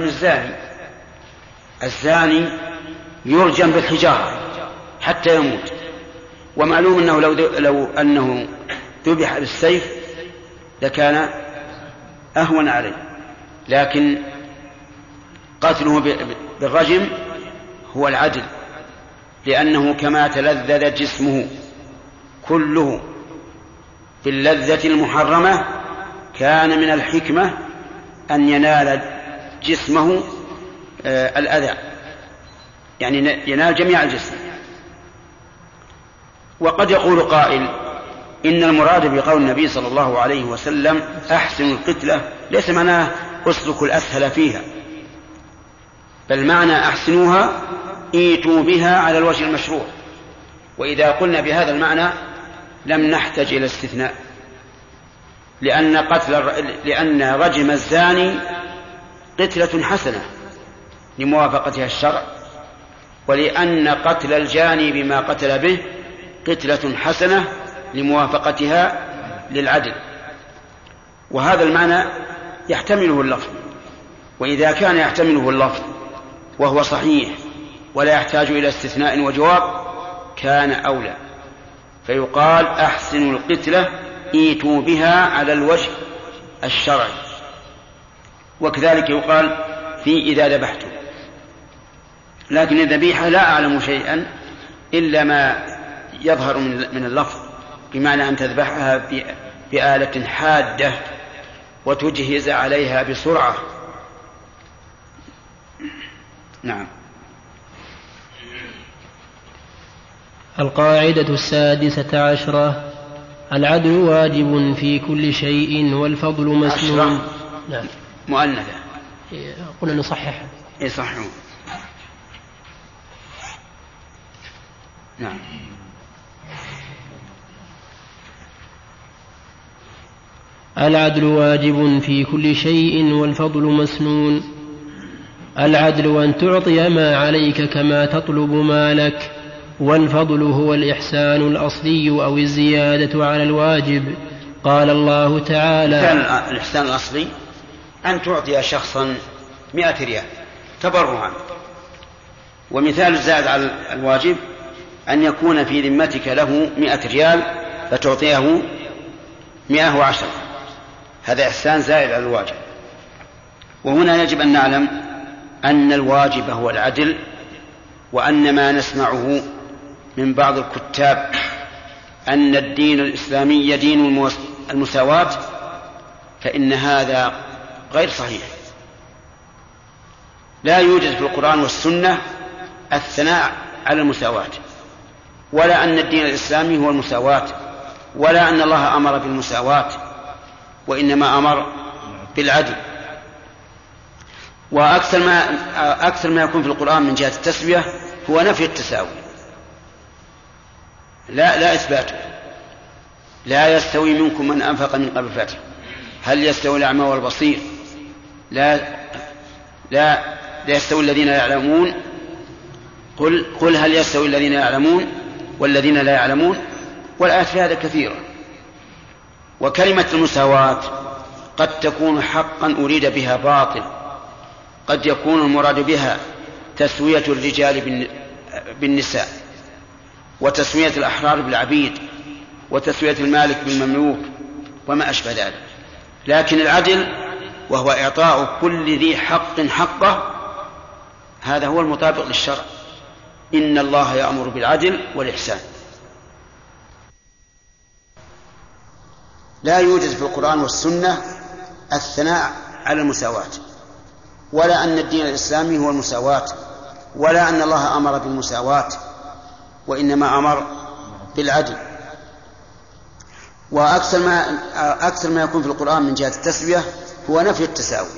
الزاني يرجم بالحجارة حتى يموت، ومعلوم أنه لو أنه ذبح بالسيف لكان أهون عليه، لكن قتله بالرجم هو العدل، لأنه كما تلذذ جسمه كله باللذة المحرمة كان من الحكمة أن ينال جسمه الأذى، يعني ينال جميع الجسم. وقد يقول قائل إن المراد بقول النبي صلى الله عليه وسلم أحسن القتلة ليس معناه أسلكوا الأسهل فيها، بل معنى أحسنوها ايتوا بها على الوجه المشروع. وإذا قلنا بهذا المعنى لم نحتج إلى استثناء، لأن رجم الزاني قتلة حسنة لموافقتها الشرع، ولأن قتل الجاني بما قتل به قتلة حسنة لموافقتها للعدل. وهذا المعنى يحتمله اللفظ، وإذا كان يحتمله اللفظ وهو صحيح ولا يحتاج إلى استثناء وجواب كان أولى، فيقال أحسنوا القتلة ايتوا بها على الوجه الشرعي. وكذلك يقال في إذا ذبحتم. لكن الذبيحة لا أعلم شيئا إلا ما يظهر من اللفظ، بمعنى أن تذبحها بآلة حادة وتجهز عليها بسرعة. نعم. القاعدة 16 العدل واجب في كل شيء والفضل مسنون. نعم. مؤنثة. قلنا نصحح. يصححون. نعم. العدل واجب في كل شيء والفضل مسنون. العدل أن تعطي ما عليك كما تطلب ما لك، والفضل هو الإحسان الأصلي أو الزيادة على الواجب. قال الله تعالى: الإحسان الأصلي أن تعطي شخصا 100 ريال تبرعا، ومثال الزائد على الواجب أن يكون في ذمتك له 100 ريال فتعطيه 110، هذا إحسان زائد على الواجب. وهنا يجب أن نعلم أن الواجب هو العدل، وأن ما نسمعه من بعض الكتاب أن الدين الإسلامي دين المساواة، فإن هذا غير صحيح. لا يوجد في القرآن والسنة الثناء على المساواة، ولا أن الدين الإسلامي هو المساواة، ولا أن الله أمر بالمساواة، وإنما أمر بالعدل. وأكثر ما يكون في القرآن من جهة التسوية هو نفي التساوي، لا إثباته. لا يستوي منكم من أنفق من قبل الفتح، هل يستوي الأعمى والبصير؟ لا يستوي الذين يعلمون، قل هل يستوي الذين يعلمون والذين لا يعلمون، والآيات في هذا كثيرة. وكلمة المساواة قد تكون حقا أريد بها باطل، قد يكون المراد بها تسوية الرجال بالنساء، وتسوية الأحرار بالعبيد، وتسوية المالك بالمملوك، وما أشبه ذلك. لكن العدل وهو إعطاء كل ذي حق حقه، هذا هو المطابق للشرع. إن الله يأمر بالعدل والإحسان. لا يوجد في القرآن والسنة الثناء على المساواة، ولا أن الدين الإسلامي هو المساواة، ولا أن الله أمر بالمساواة، وإنما أمر بالعدل. وأكثر ما يكون في القرآن من جهة التسوية هو نفي التساوي،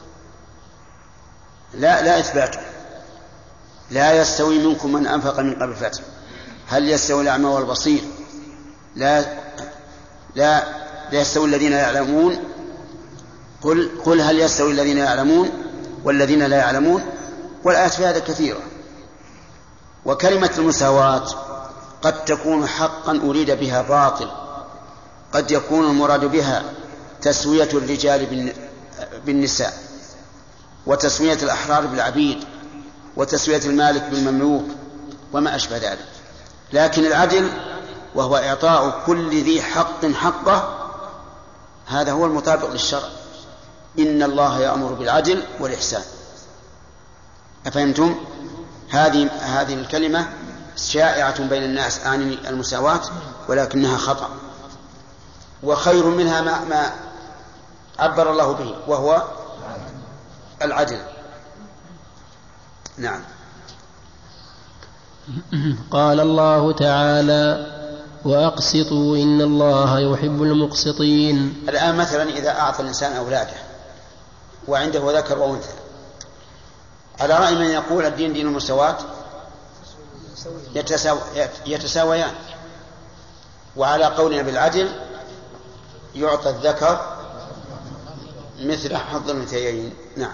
لا إثباته. لا يستوي منكم من أنفق من قبل الفتح، هل يستوي الأعمى والبصير؟ لا يستوي الذين يعلمون، قل هل يستوي الذين يعلمون والذين لا يعلمون، والآيات في هذا كثيرة. وكلمة المساواة قد تكون حقا أريد بها باطل، قد يكون المراد بها تسوية الرجال بالنساء، وتسوية الأحرار بالعبيد، وتسوية المالك بالمملوك، وما أشبه ذلك. لكن العدل وهو إعطاء كل ذي حق حقه، هذا هو المطابق للشرع. إن الله يأمر بالعدل والإحسان. أفهمتم؟ هذه الكلمة شائعة بين الناس عن المساواة، ولكنها خطأ، وخير منها ما عبر الله به، وهو العدل. نعم. قال الله تعالى: وأقسطوا إن الله يحب المقسطين. الآن مثلا إذا أعطى الإنسان أولاده وعنده ذكر وأنثى، على رأي من يقول الدين دين المساواة يتساويان، وعلى قولنا بالعدل يعطى الذكر مثل حظ الأنثيين. نعم.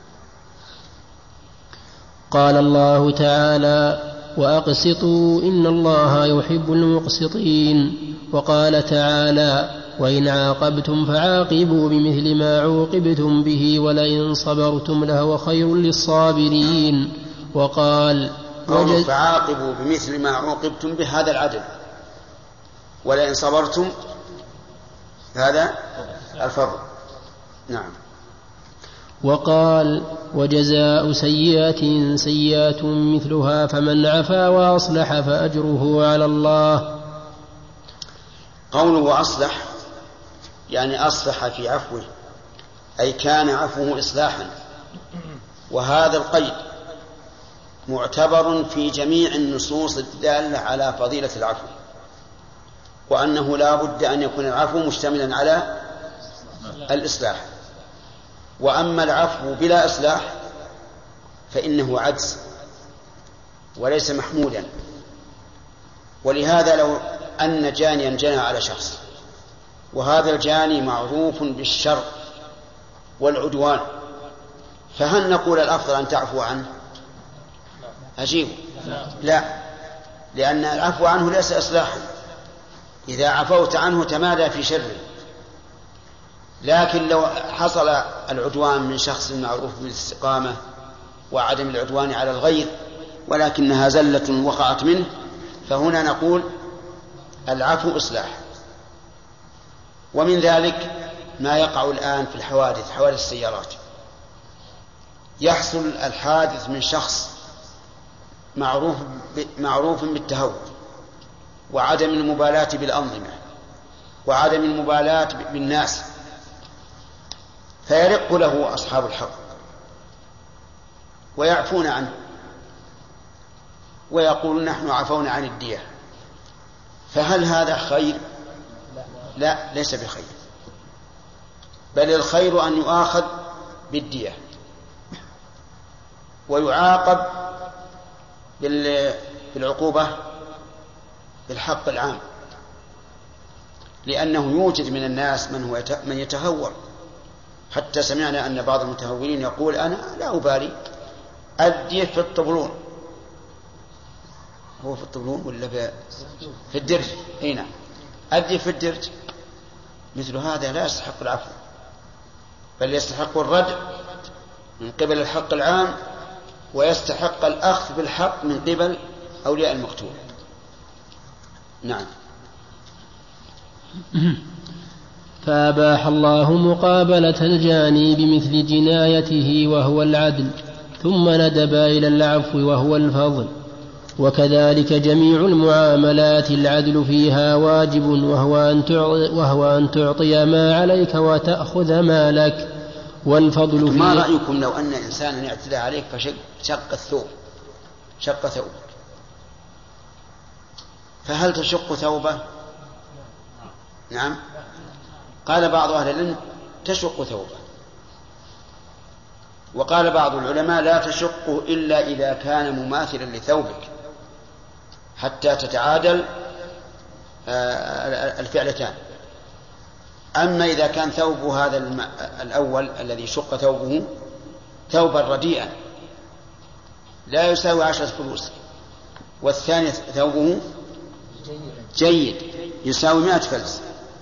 قال الله تعالى: وأقسطوا إن الله يحب المقسطين. وقال تعالى: وإن عاقبتم فعاقبوا بمثل ما عوقبتم به ولئن صبرتم لهو خير للصابرين. وقال: فعاقبوا بمثل ما عوقبتم به، هذا العدل، ولئن صبرتم هذا الفضل. نعم. وقال: وجزاء سيئة سيئة مثلها فمن عفا وأصلح فأجره على الله. قوله وأصلح يعني أصلح في عفوه، أي كان عفوه إصلاحا، وهذا القيد معتبر في جميع النصوص الدالة على فضيلة العفو، وأنه لا بد أن يكون العفو مشتملا على الإصلاح. وأما العفو بلا إصلاح فإنه عجز وليس محمودا. ولهذا لو أن جانيا جنى على شخص، وهذا الجاني معروف بالشر والعدوان، فهل نقول الأفضل أن تعفو عنه؟ أجيب لا، لأن العفو عنه ليس إصلاحا. إذا عفوت عنه تمادى في شره. لكن لو حصل العدوان من شخص معروف بالاستقامة وعدم العدوان على الغير، ولكنها زلة وقعت منه، فهنا نقول العفو إصلاح. ومن ذلك ما يقع الآن في الحوادث، حوادث السيارات. يحصل الحادث من شخص معروف بالتهور وعدم المبالاة بالأنظمة وعدم المبالاة بالناس، فيرق له أصحاب الحق ويعفون عنه ويقولون نحن عفونا عن الدية. فهل هذا خير؟ لا، ليس بخير، بل الخير أن يؤاخذ بالدية ويعاقب بالعقوبة بالحق العام، لأنه يوجد من الناس من يتهور. حتى سمعنا أن بعض المتهورين يقول أنا لا أبالي أدي في الطبلون. هو في الطبلون ولا في الدرج؟ هنا أدي في الدرج. مثل هذا لا يستحق العفو، بل يستحق الردع من قبل الحق العام، ويستحق الأخذ بالحق من قبل أولياء المقتول. نعم. فأباح الله مقابلة الجاني بمثل جنايته وهو العدل، ثم ندب إلى العفو وهو الفضل. وكذلك جميع المعاملات العدل فيها واجب، وهو أن تعطي ما عليك وتأخذ ما لك، والفضل فيه. ما رأيكم لو أن إنسانا اعتدى عليك فشق ثوبك، فهل تشق ثوبه؟ نعم. قال بعض أهل العلم تشق ثوبه، وقال بعض العلماء لا تشقه إلا إذا كان مماثلا لثوبك حتى تتعادل الفعلتان. أما إذا كان ثوبه هذا الأول الذي شق ثوبه ثوبا رديئا لا يساوي 10 فلوس، والثاني ثوبه جيد يساوي 100 فلس،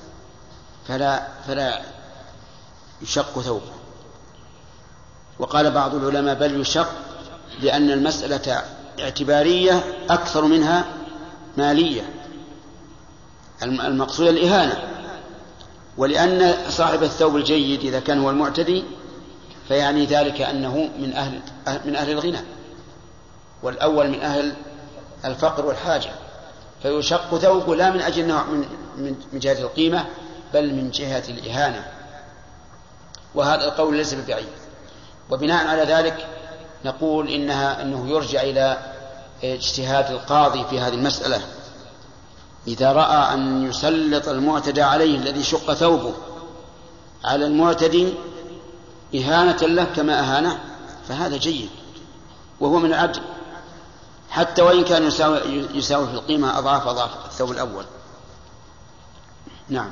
فلا يشق ثوبه. وقال بعض العلماء بل يشق، لأن المسألة اعتبارية أكثر منها مالية، المقصود الإهانة. ولأن صاحب الثوب الجيد إذا كان هو المعتدي فيعني ذلك أنه من أهل الغنى، والأول من أهل الفقر والحاجة، فيشق ثوبه لا من أجل أنه من جهة القيمة، بل من جهة الإهانة. وهذا القول ليس ببعيد. وبناء على ذلك نقول إنه يرجع إلى اجتهاد القاضي في هذه المسألة. إذا رأى أن يسلط المعتدى عليه الذي شق ثوبه على المعتدي إهانة له كما أهانه، فهذا جيد، وهو من العدل، حتى وإن كان يساوي في القيمة أضعاف الثوب الأول. نعم.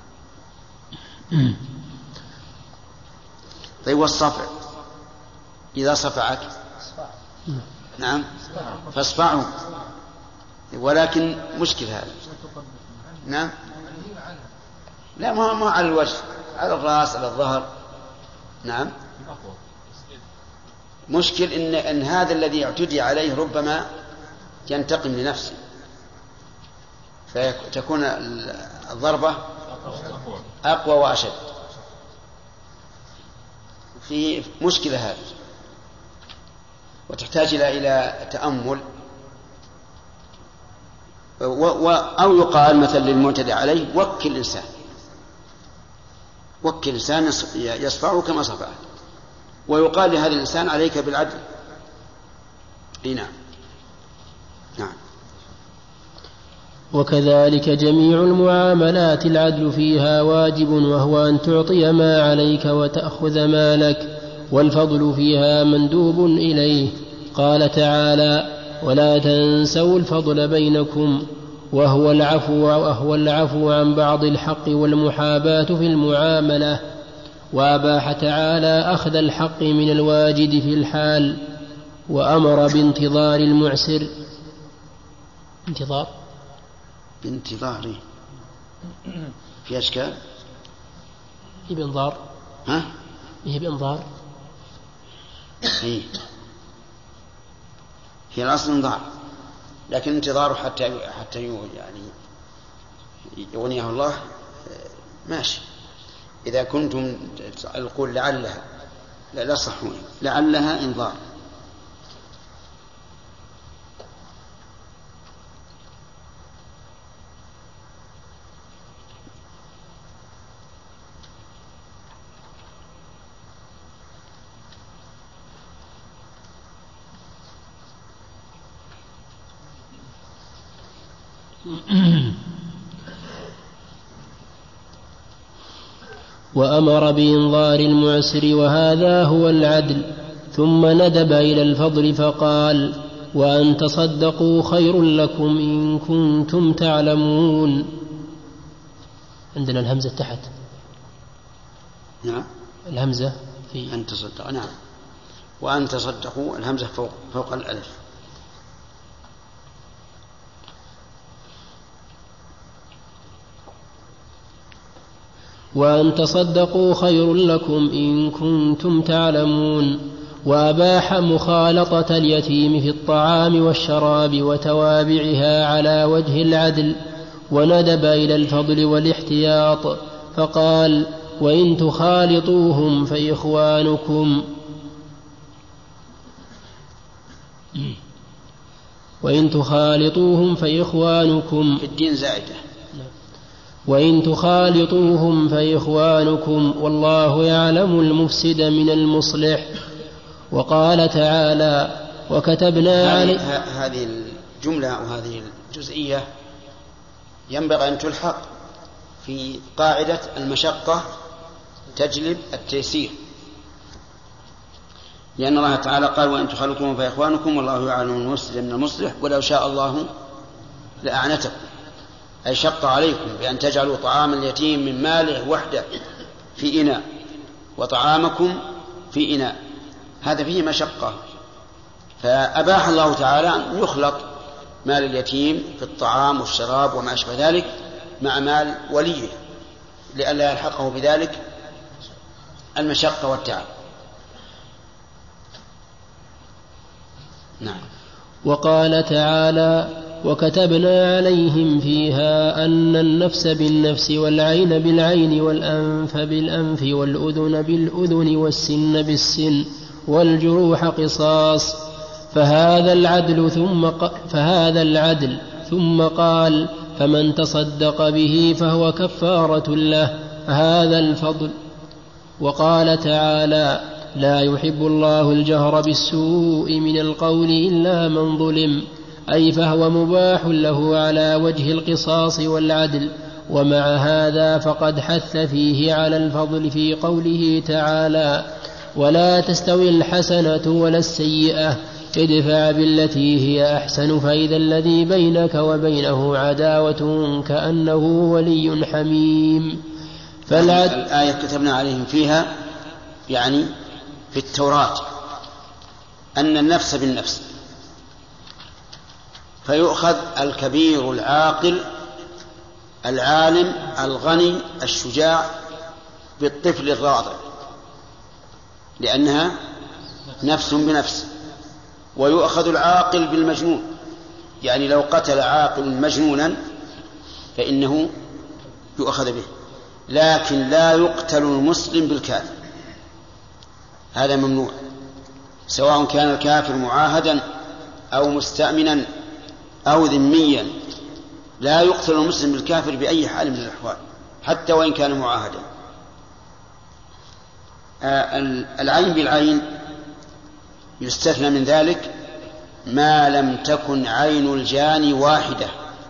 طيب، والصفع إذا صفعك نعم فاصفعه، ولكن مشكل هذا. نعم. لا، ما على الوجه، على الرأس، على الظهر. نعم. مشكل إن هذا الذي اعتدي عليه ربما ينتقم لنفسه، فتكون الضربة أقوى وأشد. في مشكلة هذه وتحتاج إلى تأمل. أو يقال مثلا للمعتدي عليه وكل إنسان يصفعه كما صفعه، ويقال لهذا الإنسان عليك بالعدل. نعم. وكذلك جميع المعاملات العدل فيها واجب، وهو أن تعطي ما عليك وتأخذ ما لك، والفضل فيها مندوب إليه. قال تعالى: ولا تنسوا الفضل بينكم، وهو العفو عن بعض الحق والمحاباة في المعاملة. وأباح تعالى أخذ الحق من الواجد في الحال، وأمر بانتظار المعسر. بانتظار في أشكال بإنظار. بإنظار. هي الأصل انظار، لكن انتظاره حتى يعني يغنيه الله ماشي. إذا كنتم القول لعلها لا صحوني، لعلها انظار. وأمر بإنظار المعسر، وهذا هو العدل. ثم ندب إلى الفضل فقال: وأن تصدقوا خير لكم إن كنتم تعلمون. عندنا الهمزة تحت. نعم، الهمزة في أن تصدقوا. نعم، وأن تصدقوا الهمزة فوق الألف. وأن تصدقوا خير لكم إن كنتم تعلمون. وأباح مخالطة اليتيم في الطعام والشراب وتوابعها على وجه العدل، وندب إلى الفضل والاحتياط فقال: وإن تخالطوهم فإخوانكم في الدين زائدة. وإن تخالطوهم فإخوانكم والله يعلم المفسد من المصلح. وقال تعالى: وكتبنا عليه. هذه الجملة أو هذه الجزئية ينبغي أن تلحق في قاعدة المشقة تجلب التيسير، لأن الله تعالى قال: وإن تخالطوهم فإخوانكم والله يعلم المفسد من المصلح ولو شاء الله لأعنتكم. أي شق عليكم بأن تجعلوا طعام اليتيم من ماله وحده في إناء وطعامكم في إناء، هذا فيه مشقة. فأباح الله تعالى أن يخلط مال اليتيم في الطعام والشراب وما أشبه ذلك مع مال وليه، لئلا يلحقه بذلك المشقة والتعب. نعم. وقال تعالى: وكتبنا عليهم فيها أن النفس بالنفس والعين بالعين والأنف بالأنف والأذن بالأذن والسن بالسن والجروح قصاص، فهذا العدل ثم قال: فمن تصدق به فهو كفارة له، فهذا الفضل. وقال تعالى: لا يحب الله الجهر بالسوء من القول إلا من ظلم، أي فهو مباح له على وجه القصاص والعدل. ومع هذا فقد حث فيه على الفضل في قوله تعالى: ولا تستوي الحسنة ولا السيئة ادفع بالتي هي أحسن فإذا الذي بينك وبينه عداوة كأنه ولي حميم. الآية كتبنا عليهم فيها يعني في التوراة أن النفس بالنفس، فيؤخذ الكبير العاقل العالم الغني الشجاع بالطفل الراضع لأنها نفس بنفس، ويؤخذ العاقل بالمجنون، يعني لو قتل عاقل مجنونا فإنه يؤخذ به، لكن لا يقتل المسلم بالكافر، هذا ممنوع، سواء كان الكافر معاهدا أو مستأمنا أو ذميا، لا يقتل المسلم بالكافر بأي حال من الأحوال حتى وإن كان معاهدا. العين بالعين يستثنى من ذلك ما لم تكن عين الجاني واحدة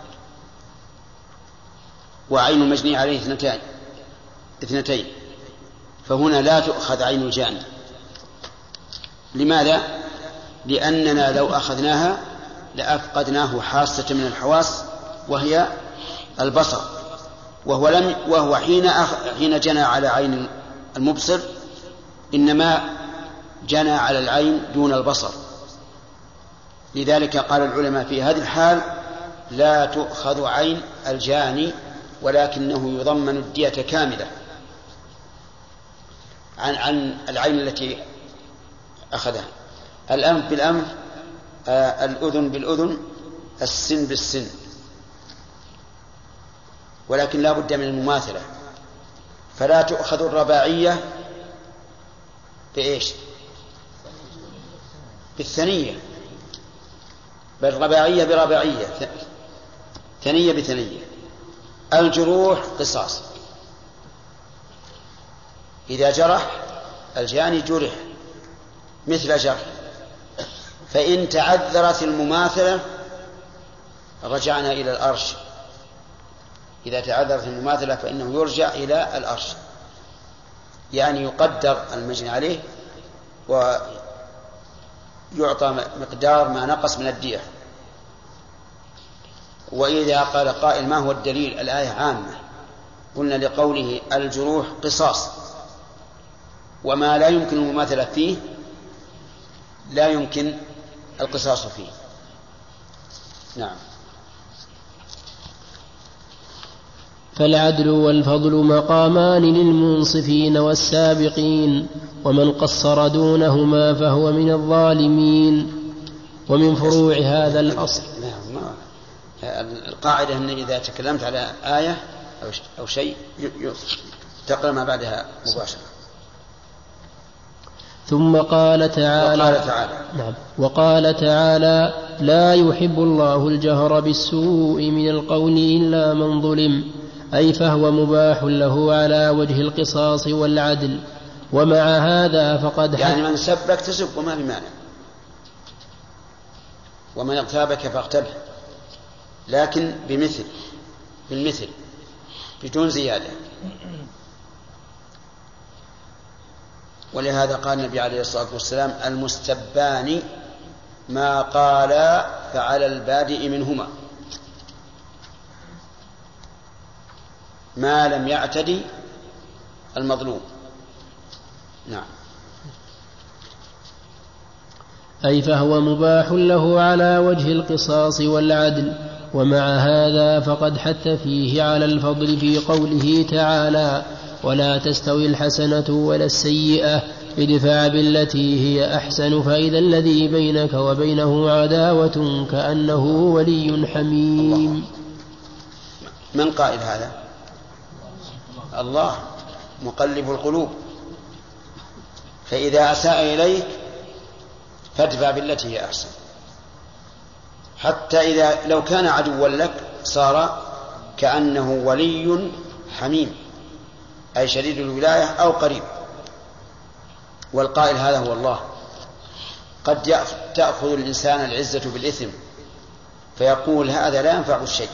وعين المجني عليه اثنتين، فهنا لا تؤخذ عين الجاني. لماذا؟ لأننا لو أخذناها لأفقدناه حاسة من الحواس وهي البصر، وهو حين جنى على عين المبصر إنما جنى على العين دون البصر. لذلك قال العلماء في هذه الحال لا تؤخذ عين الجاني، ولكنه يضمن الدية كاملة عن العين التي أخذها. الأنف بالأنف، الأذن بالأذن، السن بالسن، ولكن لا بد من المماثلة. فلا تؤخذ الرباعية بإيش؟ بالثنية، بل رباعية برباعية، ثنية بثنية. الجروح قصاص، إذا جرح الجاني جرح مثل جرح، فإن تعذرت المماثلة رجعنا إلى الأرش. إذا تعذرت المماثلة فإنه يرجع إلى الأرش، يعني يقدر المجني عليه ويعطى مقدار ما نقص من الدية. وإذا قال قائل ما هو الدليل؟ الآية عامة، قلنا لقوله الجروح قصاص، وما لا يمكن المماثلة فيه لا يمكن القصاص فيه. نعم. فالعدل والفضل مقامان للمنصفين والسابقين، ومن قصر دونهما فهو من الظالمين. ومن فروع هذا الأصل القاعدة أن إذا تكلمت على آية أو شيء تقرأ ما بعدها مباشرة. ثم قال تعالى نعم. وقال تعالى لا يحب الله الجهر بالسوء من القول إلا من ظلم، أي فهو مباح له على وجه القصاص والعدل. ومع هذا فقد يعني من سبك تسب وما بمانع، ومن اغتابك فاغتبه، لكن بالمثل بدون زيادة. ولهذا قال النبي عليه الصلاة والسلام المستبان ما قال فعلى البادئ منهما ما لم يعتدي المظلوم. نعم. أي فهو مباح له على وجه القصاص والعدل. ومع هذا فقد حث فيه على الفضل في قوله تعالى ولا تستوي الحسنة ولا السيئة ادفع بالتي هي أحسن فإذا الذي بينك وبينه عداوة كأنه ولي حميم. من قائل هذا؟ الله مقلب القلوب. فإذا أساء إليك فادفع بالتي هي أحسن، حتى إذا لو كان عدوا لك صار كأنه ولي حميم، أي شديد الولاية أو قريب. والقائل هذا هو الله. قد تأخذ الإنسان العزة بالإثم فيقول هذا لا ينفع الشيء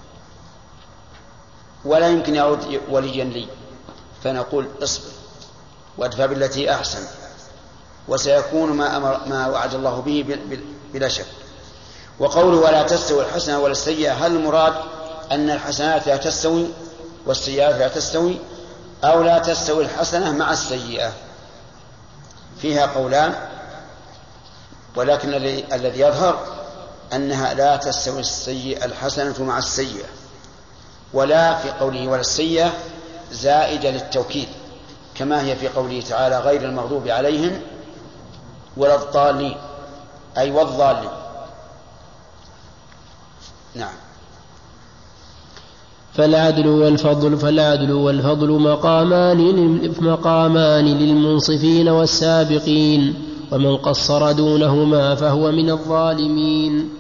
ولا يمكن يعود وليا لي، فنقول اصبر وادفع بالتي أحسن وسيكون ما وعد الله به بلا شك. وقوله ولا تستوي الحسنة ولا السيئة، هل المراد أن الحسنات لا تستوي والسيئات لا تستوي، أو لا تستوي الحسنة مع السيئة؟ فيها قولان، ولكن الذي يظهر أنها لا تستوي الحسنة مع السيئة. ولا في قوله ولا السيئة زائدة للتوكيد، كما هي في قوله تعالى غير المغضوب عليهم ولا الضالين، أي والضالين. نعم. فالعدل والفضل مقامان للمنصفين والسابقين، ومن قصر دونهما فهو من الظالمين.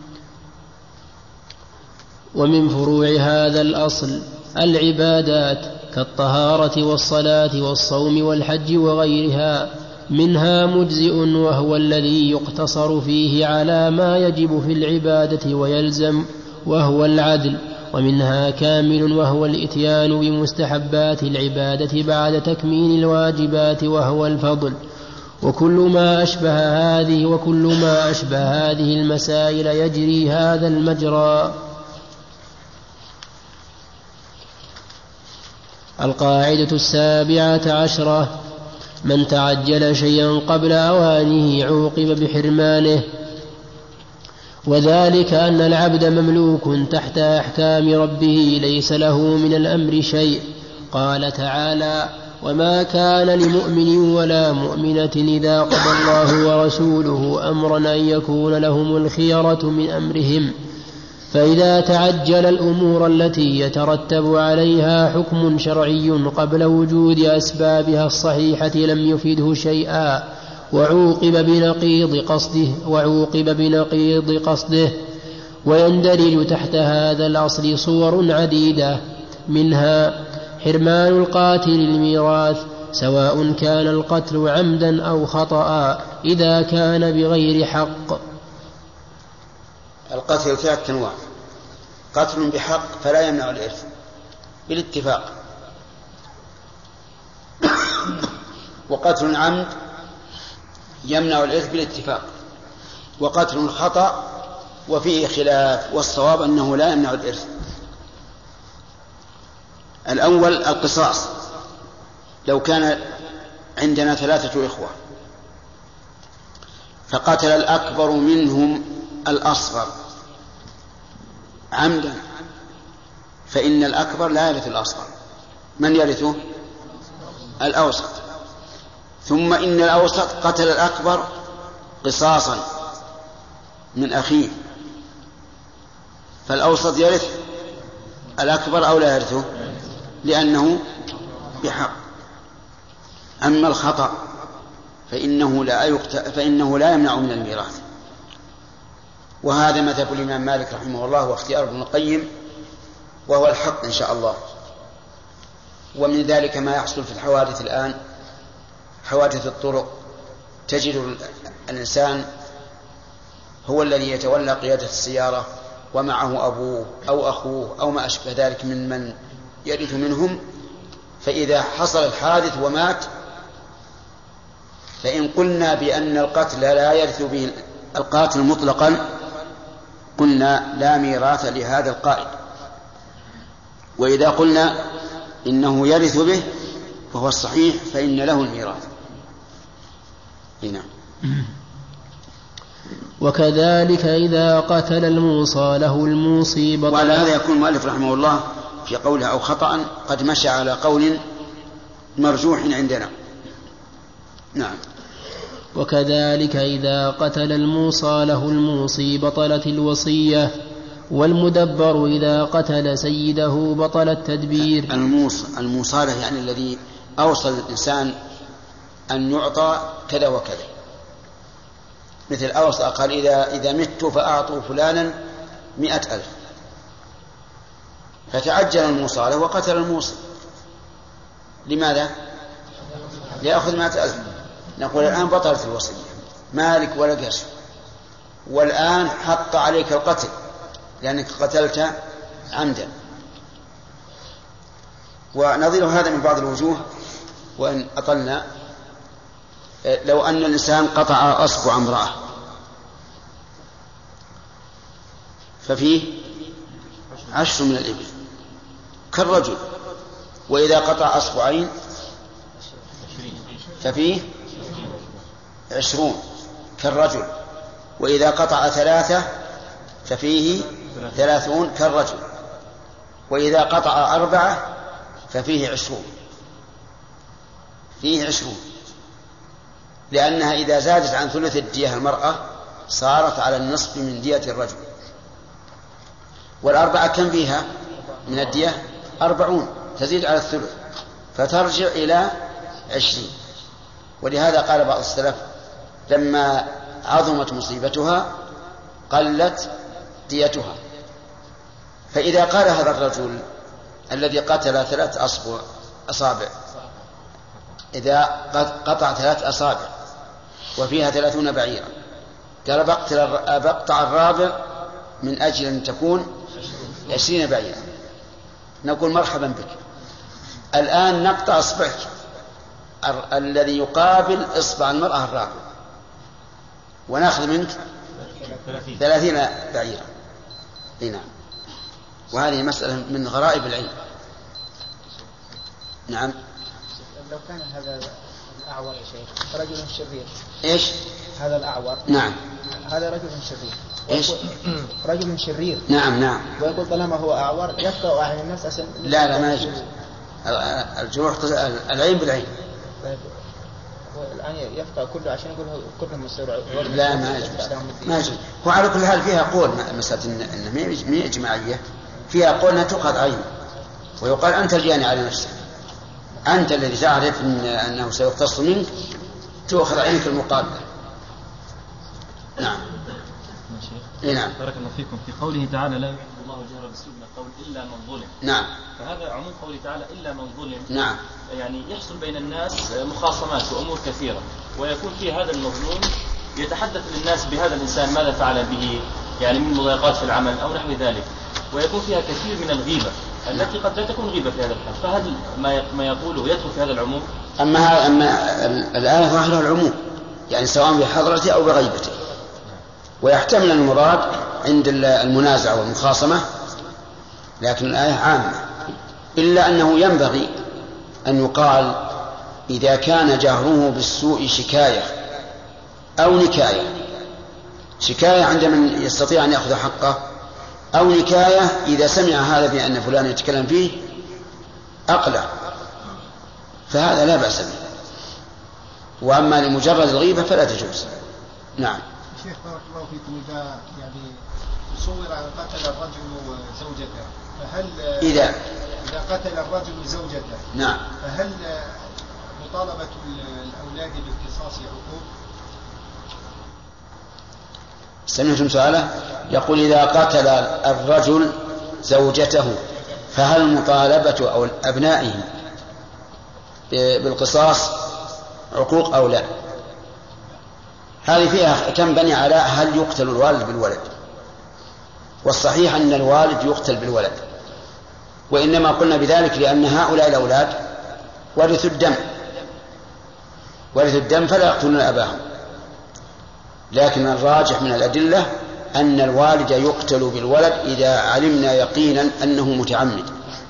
ومن فروع هذا الأصل العبادات كالطهارة والصلاة والصوم والحج وغيرها، منها مجزئ وهو الذي يقتصر فيه على ما يجب في العبادة ويلزم وهو العدل، ومنها كامل وهو الإتيان بمستحبات العبادة بعد تكميل الواجبات وهو الفضل. وكل ما أشبه هذه المسائل يجري هذا المجرى. القاعدة 17: من تعجل شيئا قبل أوانه عوقب بحرمانه، وذلك أن العبد مملوك تحت أحكام ربه ليس له من الأمر شيء. قال تعالى: وما كان لمؤمن ولا مؤمنة إذا قضى الله ورسوله أمرا أن يكون لهم الخيرة من أمرهم، فإذا تعجل الأمور التي يترتب عليها حكم شرعي قبل وجود أسبابها الصحيحة لم يفده شيئا، وعوقب بنقيض قصده. ويندرج تحت هذا الأصل صور عديدة، منها حرمان القاتل الميراث سواء كان القتل عمدا أو خطأ إذا كان بغير حق. القتل 3 أنواع: قتل بحق فلا يمنع الإرث بالاتفاق، وقتل عمد يمنع الإرث بالاتفاق، وقتل خطأ وفيه خلاف، والصواب أنه لا يمنع الإرث. الأول القصاص. لو كان عندنا 3 إخوة فقتل الأكبر منهم الأصغر عمدا، فإن الأكبر لا يرث الأصغر. من يرثه؟ الأوسط. ثم إن الأوسط قتل الأكبر قصاصا من أخيه، فالأوسط يرث الأكبر أو لا يرثه؟ لأنه بحق. أما الخطأ فإنه لا يمنع من الميراث، وهذا مذهب الإمام مالك رحمه الله واختيار ابن القيم، وهو الحق إن شاء الله. ومن ذلك ما يحصل في الحوادث الآن، حوادث الطرق، تجد الإنسان هو الذي يتولى قيادة السيارة ومعه أبوه أو أخوه أو ما أشبه ذلك من يرث منهم، فإذا حصل الحادث ومات، فإن قلنا بأن القتل لا يرث به القاتل مطلقا قلنا لا ميراث لهذا القائد، وإذا قلنا إنه يرث به فهو الصحيح فإن له الميراث. هنا. وكذلك إذا قتل الموصى له الموصي بطل. وعلى هذا يكون المؤلف رحمه الله في قوله أو خطأ قد مشى على قول مرجوح عندنا. نعم. وكذلك إذا قتل الموصى له الموصي بطلت الوصية، والمدبر إذا قتل سيده بطل التدبير. الموصى له يعني الذي أوصل الإنسان أن يعطى كذا وكذا، مثل أوصى قال إذا مت فأعطوا فلانا 100,000، فتعجل الموصى له وقتل الموصى. لماذا؟ ليأخذ 100,000. نقول الآن بطلت الوصية، مالك ولا قرش، والآن حق عليك القتل لأنك قتلت عمدا. ونظير هذا من بعض الوجوه وإن أطلنا، لو أن الإنسان قطع أصبع امرأة ففيه 10 من الإبل كالرجل، وإذا قطع أصبعين ففيه 20 كالرجل، وإذا قطع 3 ففيه 30 كالرجل، وإذا قطع 4 ففيه 20. فيه 20، لأنها إذا زادت عن ثلث الدية المرأة صارت على النصف من دية الرجل. والأربعة كم فيها؟ من الدية 40 تزيد على الثلث فترجع إلى 20. ولهذا قال بعض السلف لما عظمت مصيبتها قلت ديتها. فإذا قال هذا الرجل الذي قتل 3 أصابع إذا قطع 3 أصابع وفيها 30 بعيرا قال بقطع الرابع من أجل أن تكون 20 بعيرا، نقول مرحبا بك. الآن نقطع إصبعك الذي يقابل إصبع المرأة الرابع ونأخذ منك 30 بعيرا. نعم. وهذه مسألة من غرائب العلم. نعم. لو كان هذا الأعور يا شيخ رجل شرير. إيش؟ هذا الأعور. نعم. هذا رجل شرير. إيش؟ رجل شرير. نعم نعم. ويقول طالما هو أعور يقطع عن الناس أسن. لا ما يجوز. الجروح العين بالعين. الآن يقطع كله عشان يقول كلهم مستوى. لا ما يجوز. ما يجوز. وعلى كل حال فيها قول مسألة إنها مي إجماعية، فيها قول أنها تؤخذ عين ويقال أنت الجاني على نفسك، أنت الذي تعرف أنه سيقتص منك تؤخذ عينك المقابلة. نعم. نعم. بارك الله فيكم. في قوله تعالى لا يحب الله الجهر بالسوء من القول إلا من ظلم. نعم. فهذا عموم قوله تعالى إلا من ظلم. نعم. يعني يحصل بين الناس مخاصمات وأمور كثيرة، ويكون في هذا المظلوم يتحدث للناس بهذا الإنسان ماذا فعل به، يعني من مضايقات في العمل أو نحو ذلك، ويكون فيها كثير من الغيبة التي قد لا تكون غيبة في هذا الحال. فهل ما يقوله يدخل في هذا العموم؟ أما الآية ظاهرها العموم، يعني سواء بحضرته أو بغيبته، ويحتمل المراد عند المنازعة والمخاصمة، لكن الآية عامة. إلا أنه ينبغي أن يقال إذا كان جهره بالسوء شكاية أو نكاية، شكاية عند من يستطيع أن يأخذ حقه، أو نكاية إذا سمع هذا بأن فلان يتكلم فيه أقلع، فهذا لا بأس به. وأما لمجرد الغيبة فلا تجوز. نعم. شيخ بارك الله فيكم، إذا يعني صور أن قتل الرجل زوجته، فهل إذا قتل الرجل زوجته نعم فهل مطالبة الأولاد بالقصاص عقوق؟ سمعتم سؤاله؟ يقول إذا قتل الرجل زوجته فهل مطالبة أو أبنائه بالقصاص عقوق أو لا؟ هذه فيها كم بني على هل يقتل الوالد بالولد، والصحيح أن الوالد يقتل بالولد، وإنما قلنا بذلك لأن هؤلاء الأولاد ورثوا الدم فلا يقتلون أباهم، لكن الراجح من الأدلة أن الوالد يقتل بالولد إذا علمنا يقينا أنه متعمد،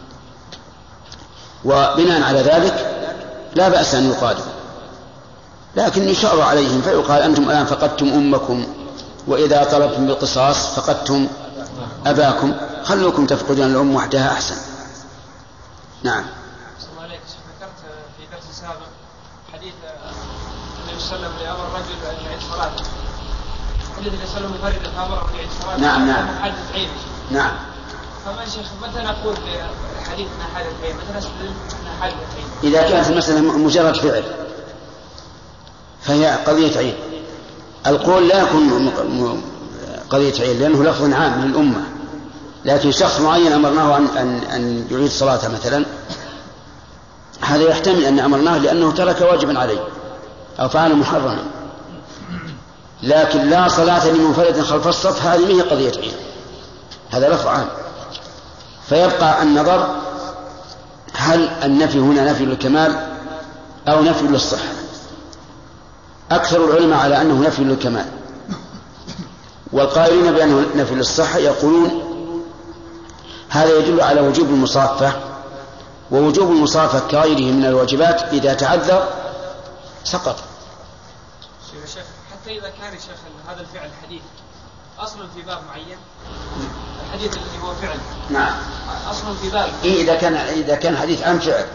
وبناء على ذلك لا بأس أن يقاتل، لكن يشار عليهم فيقال أنتم الآن فقدتم أمكم، وإذا طلبتم بالقصاص فقدتم أباكم، خلوكم تفقدون الأم وحدها أحسن. نعم. السلام عليكم. ذكرت في درس سابق حديث النبي صلى الله عليه وسلم لأمر الرجل أن يعيد صلاته، الذي يصلي منفردا فأمره أن يعيد صلاته. نعم نعم. حادث عين. نعم. فما شيخ متى نقول حديثنا حادث عين؟ متى نستدل حادث عين؟ إذا كانت المسألة مجرد فعل فهي قضية عين. القول لا يكون قضية عين لأنه لفظ عام للأمة، لكن شخص معين أمرناه أن يعيد صلاته مثلا، هذا يحتمل أن أمرناه لأنه ترك واجبا عليه أو فعل محرما، لكن لا صلاة لمنفرد خلف الصف هذه هي قضية عين، هذا لفظ عام. فيبقى النظر هل النفي هنا نفي للكمال أو نفي للصحة. أكثر العلماء على أنه نفي للكمال، والقائلين بأنه نفي للصحة يقولون هذا يدل على وجوب المصافة، ووجوب المصافة كغيره من الواجبات إذا تعذر سقط. شيخ حتى إذا كان شيخ هذا الفعل الحديث أصل في باب معين، الحديث الذي هو فعل نعم أصل في باب إذا كان حديث عن فعل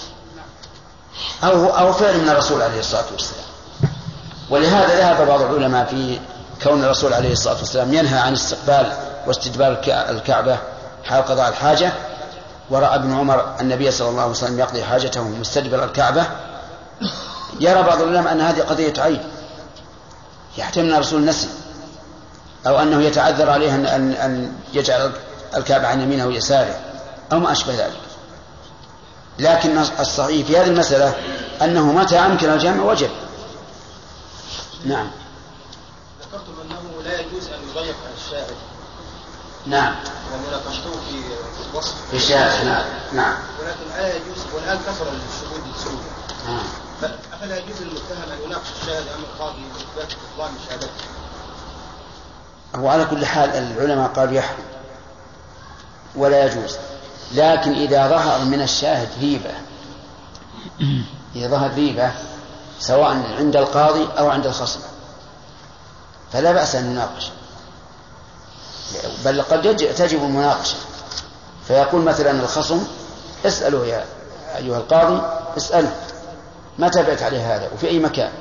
أو فعل من الرسول عليه الصلاة والسلام. ولهذا ذهب بعض العلماء في كون الرسول عليه الصلاة والسلام ينهى عن استقبال واستدبار الكعبة حال قضاء الحاجة ورأى ابن عمر النبي صلى الله عليه وسلم يقضي حاجته مستدبر الكعبة، يرى بعض العلماء أن هذه قضية عين، يحتمل الرسول نسي أو أنه يتعذر عليه أن يجعل الكعبة عن يمينه ويساره أو ما أشبه ذلك. لكن الصحيح في هذه المسألة أنه متى أمكن الجمع وجب. نعم. ذكرتم أنه لا يجوز أن يضيق على الشاهد. نعم. ومناقشته في وصف في الشاهد. نعم. ولكن لا يجوز، والآن كثر الشهود السوء. أفلا يجوز للمتهم أن يناقش الشاهد أمام القاضي بإثبات بطلان شهادته؟ هو على كل حال العلماء قالوا يحرم ولا يجوز، لكن إذا ظهر من الشاهد ريبة، إذا ظهر ريبة سواء عند القاضي أو عند الخصم فلا بأس أن يناقش، بل قد تجب المناقشة. فيقول مثلا الخصم اسأله يا أيها القاضي، اسأله متى بيت عليه هذا وفي أي مكان.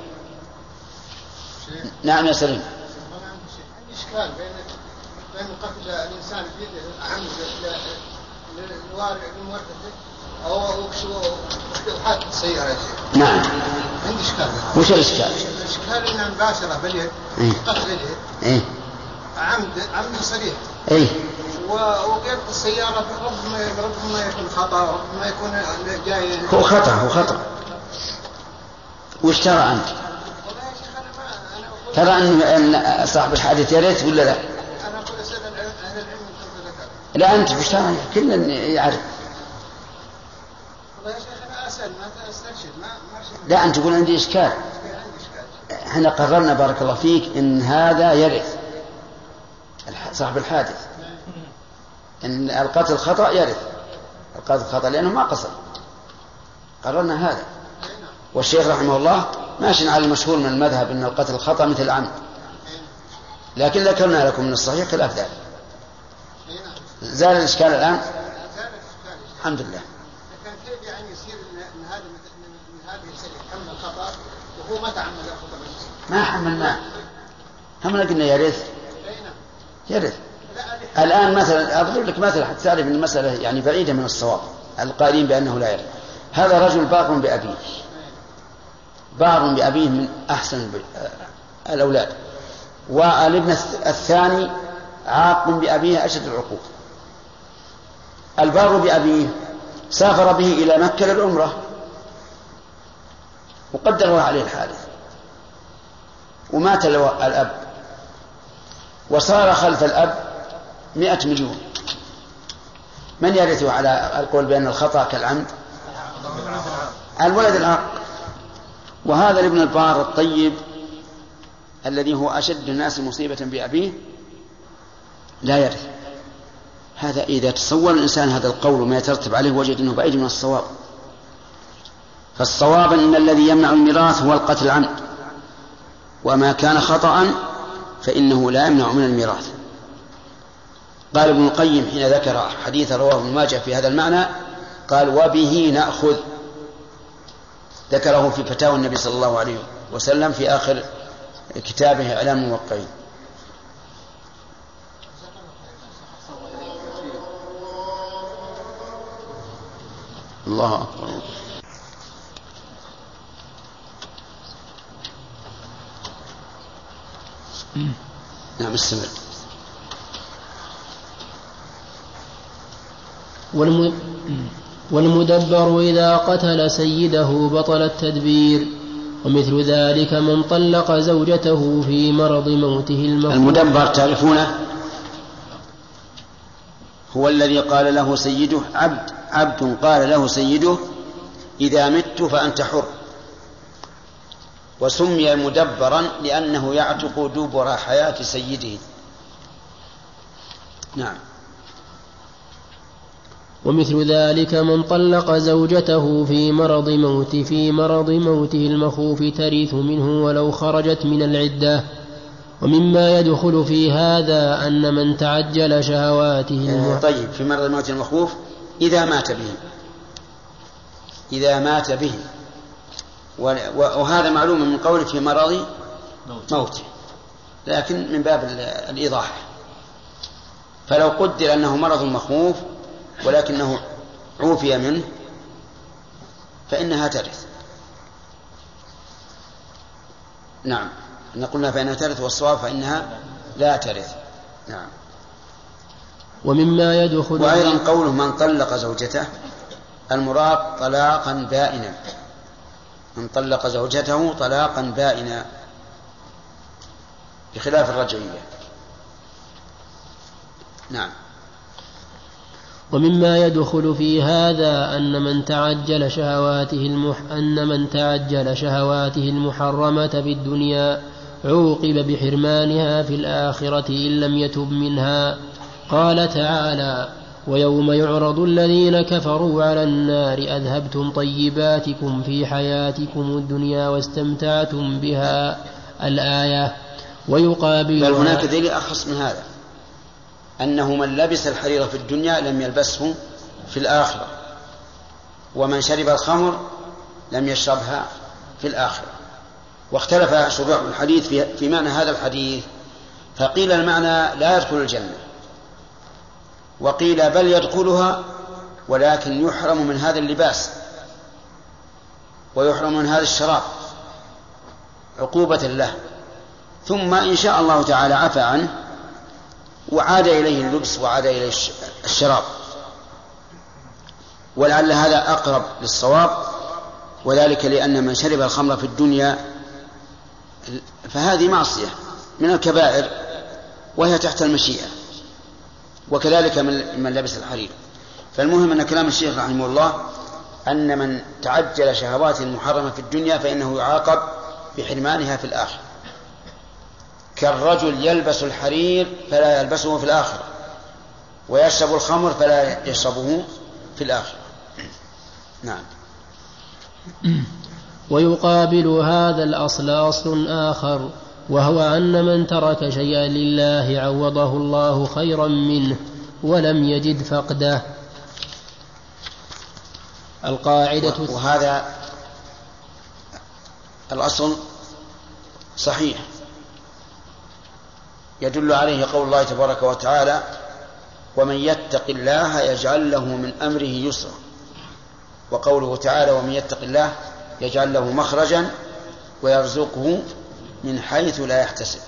نعم يا سليم. إشكال بين قتل الإنسان بيده عمد لمورثته أو حادث السيارة. نعم. عندي إشكال. وش الإشكال؟ الإشكال إن مباشرة باليد قتل اليد عمد صريح. وقيادة السيارة ربما يكون خطأ، ربما يكون جاي. هو خطأ. وش ترى أنت؟ ترى أن صاحب الحادث يرث ولا لا؟ أنا أقول أسأل أهل العلم لا أنت وش ترى؟ كلنا يعرف. والله يا شيخ أنا أسأل ما أسترشد ما. لا أنت تقول عندي إشكال. احنا قررنا بارك الله فيك إن هذا يرث صاحب الحادث، إن القتل خطأ يرث القتل خطأ لأنه ما قصر. قررنا هذا، والشيخ رحمه الله ماشي على المشهور من المذهب أن القتل خطأ مثل العمد، لكن ذكرنا لكم من الصحيح خلاف ذلك. زال الإشكال الآن الحمد لله. لكن كيف يعني يصير من هذه السنة حمل الخطأ وهو ما تعمد الخطأ؟ ما حملنا قلنا يرث. الآن مثلا أضرب لك مثلا حتى تعرف أن المسألة يعني بعيدة من الصواب. القائلين بأنه لا يرث، هذا رجل بار بأبيه من أحسن الأولاد، والابن الثاني عاق بأبيه أشد العقوق. البار بأبيه سافر به إلى مكة للعمرة وقدره عليه الحادث ومات الأب، وصار خلف الأب 100 مليون. من يرثه على القول بأن الخطأ كالعمد؟ الولد العاق. وهذا الابن البار الطيب الذي هو أشد الناس مصيبة بأبيه لا يرث. هذا إذا تصور الإنسان هذا القول وما يترتب عليه وجد أنه بعيد من الصواب. فالصواب أن الذي يمنع الميراث هو القتل العمد، وما كان خطأ فإنه لا يمنع من الميراث. قال ابن القيم حين ذكر حديث رواه ابن ماجه في هذا المعنى قال وبه نأخذ، ذكره في فتاوى النبي صلى الله عليه وسلم في آخر كتابه إعلام الموقعين. الله أكبر. نعم استمر. والمدبر إذا قتل سيده بطل التدبير، ومثل ذلك من طلق زوجته في مرض موته المفروض. المدبر تعرفونه هو الذي قال له سيده عبد قال له سيده إذا مت فأنت حر، وسمي مدبرا لأنه يعتق دبر حياة سيده. نعم. ومثل ذلك من طلق زوجته في مرض موته المخوف ترث منه ولو خرجت من العدة. ومما يدخل في هذا أن من تعجل شهواته طيب في مرض الموت المخوف إذا مات به وهذا معلوم من قوله في مرض موته، لكن من باب الإيضاح. فلو قدر أنه مرض مخوف ولكنه عوفي منه فإنها ترث. نعم، نقولنا فإنها ترث، والصواب فإنها لا ترث. نعم. ومما يدخل وأيضا قوله من طلق زوجته المراد طلاقا بائنا، من طلق زوجته طلاقا بائنا بخلاف الرجعية. نعم. ومما يدخل في هذا أن من تعجل شهواته المحرمة في الدنيا عوقب بحرمانها في الآخرة إن لم يتب منها. قال تعالى: ويوم يعرض الذين كفروا على النار أذهبتم طيباتكم في حياتكم الدنيا واستمتعتم بها، الآية. ويقابل بل هناك دليل أخص من هذا، أنه من لبس الحرير في الدنيا لم يلبسه في الآخرة، ومن شرب الخمر لم يشربها في الآخرة. واختلف شروح الحديث في معنى هذا الحديث، فقيل المعنى لا يدخل الجنة، وقيل بل يدخلها ولكن يحرم من هذا اللباس ويحرم من هذا الشراب عقوبة له، ثم إن شاء الله تعالى عفى عنه وعاد إليه اللبس وعاد إليه الشراب. ولعل هذا أقرب للصواب، وذلك لأن من شرب الخمر في الدنيا فهذه معصية من الكبائر وهي تحت المشيئة، وكذلك من لبس الحرير. فالمهم أن كلام الشيخ رحمه الله أن من تعجل شهواته المحرمة في الدنيا فإنه يعاقب بحرمانها في الآخرة، كالرجل يلبس الحرير فلا يلبسه في الآخرة، ويشرب الخمر فلا يشربه في الآخرة. نعم. ويقابل هذا الأصل أصل آخر، وهو أن من ترك شيئا لله عوضه الله خيرا منه ولم يجد فقده. القاعدة وهذا الأصل صحيح يدل عليه قول الله تبارك وتعالى: ومن يتق الله يجعل له من أمره يسرا، وقوله تعالى: ومن يتق الله يجعل له مخرجا ويرزقه من حيث لا يحتسب.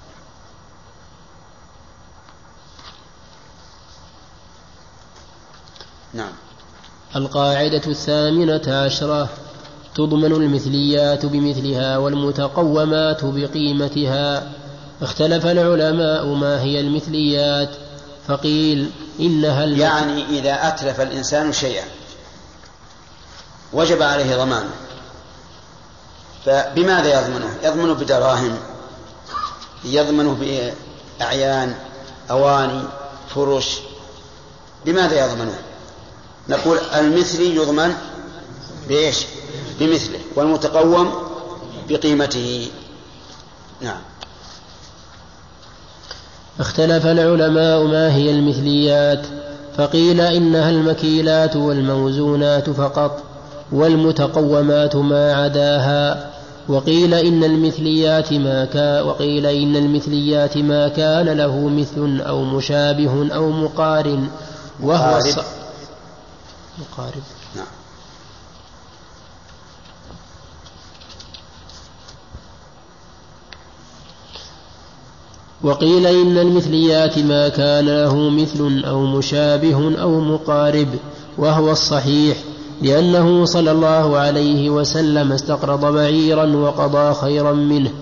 نعم. القاعدة 18: تضمن المثليات بمثلها والمتقومات بقيمتها. اختلف العلماء ما هي المثليات، فقيل إنها يعني إذا أتلف الإنسان شيئا وجب عليه ضمانه، فبماذا يضمنه؟ يضمنه بدراهم، يضمنه بأعيان، أواني، فرش، بماذا يضمنه؟ نقول المثلي يضمن بإيش؟ بمثله، والمتقوم بقيمته. نعم. اختلف العلماء ما هي المثليات، فقيل إنها المكيلات والموزونات فقط، والمتقومات ما عداها. وقيل إن المثليات ما كان له مثل أو مشابه أو مقارن، وهو مقارب. نعم. وقيل إن المثليات ما كان له مثل أو مشابه أو مقارب، وهو الصحيح، لأنه صلى الله عليه وسلم استقرض بعيرا وقضى خيرا منه،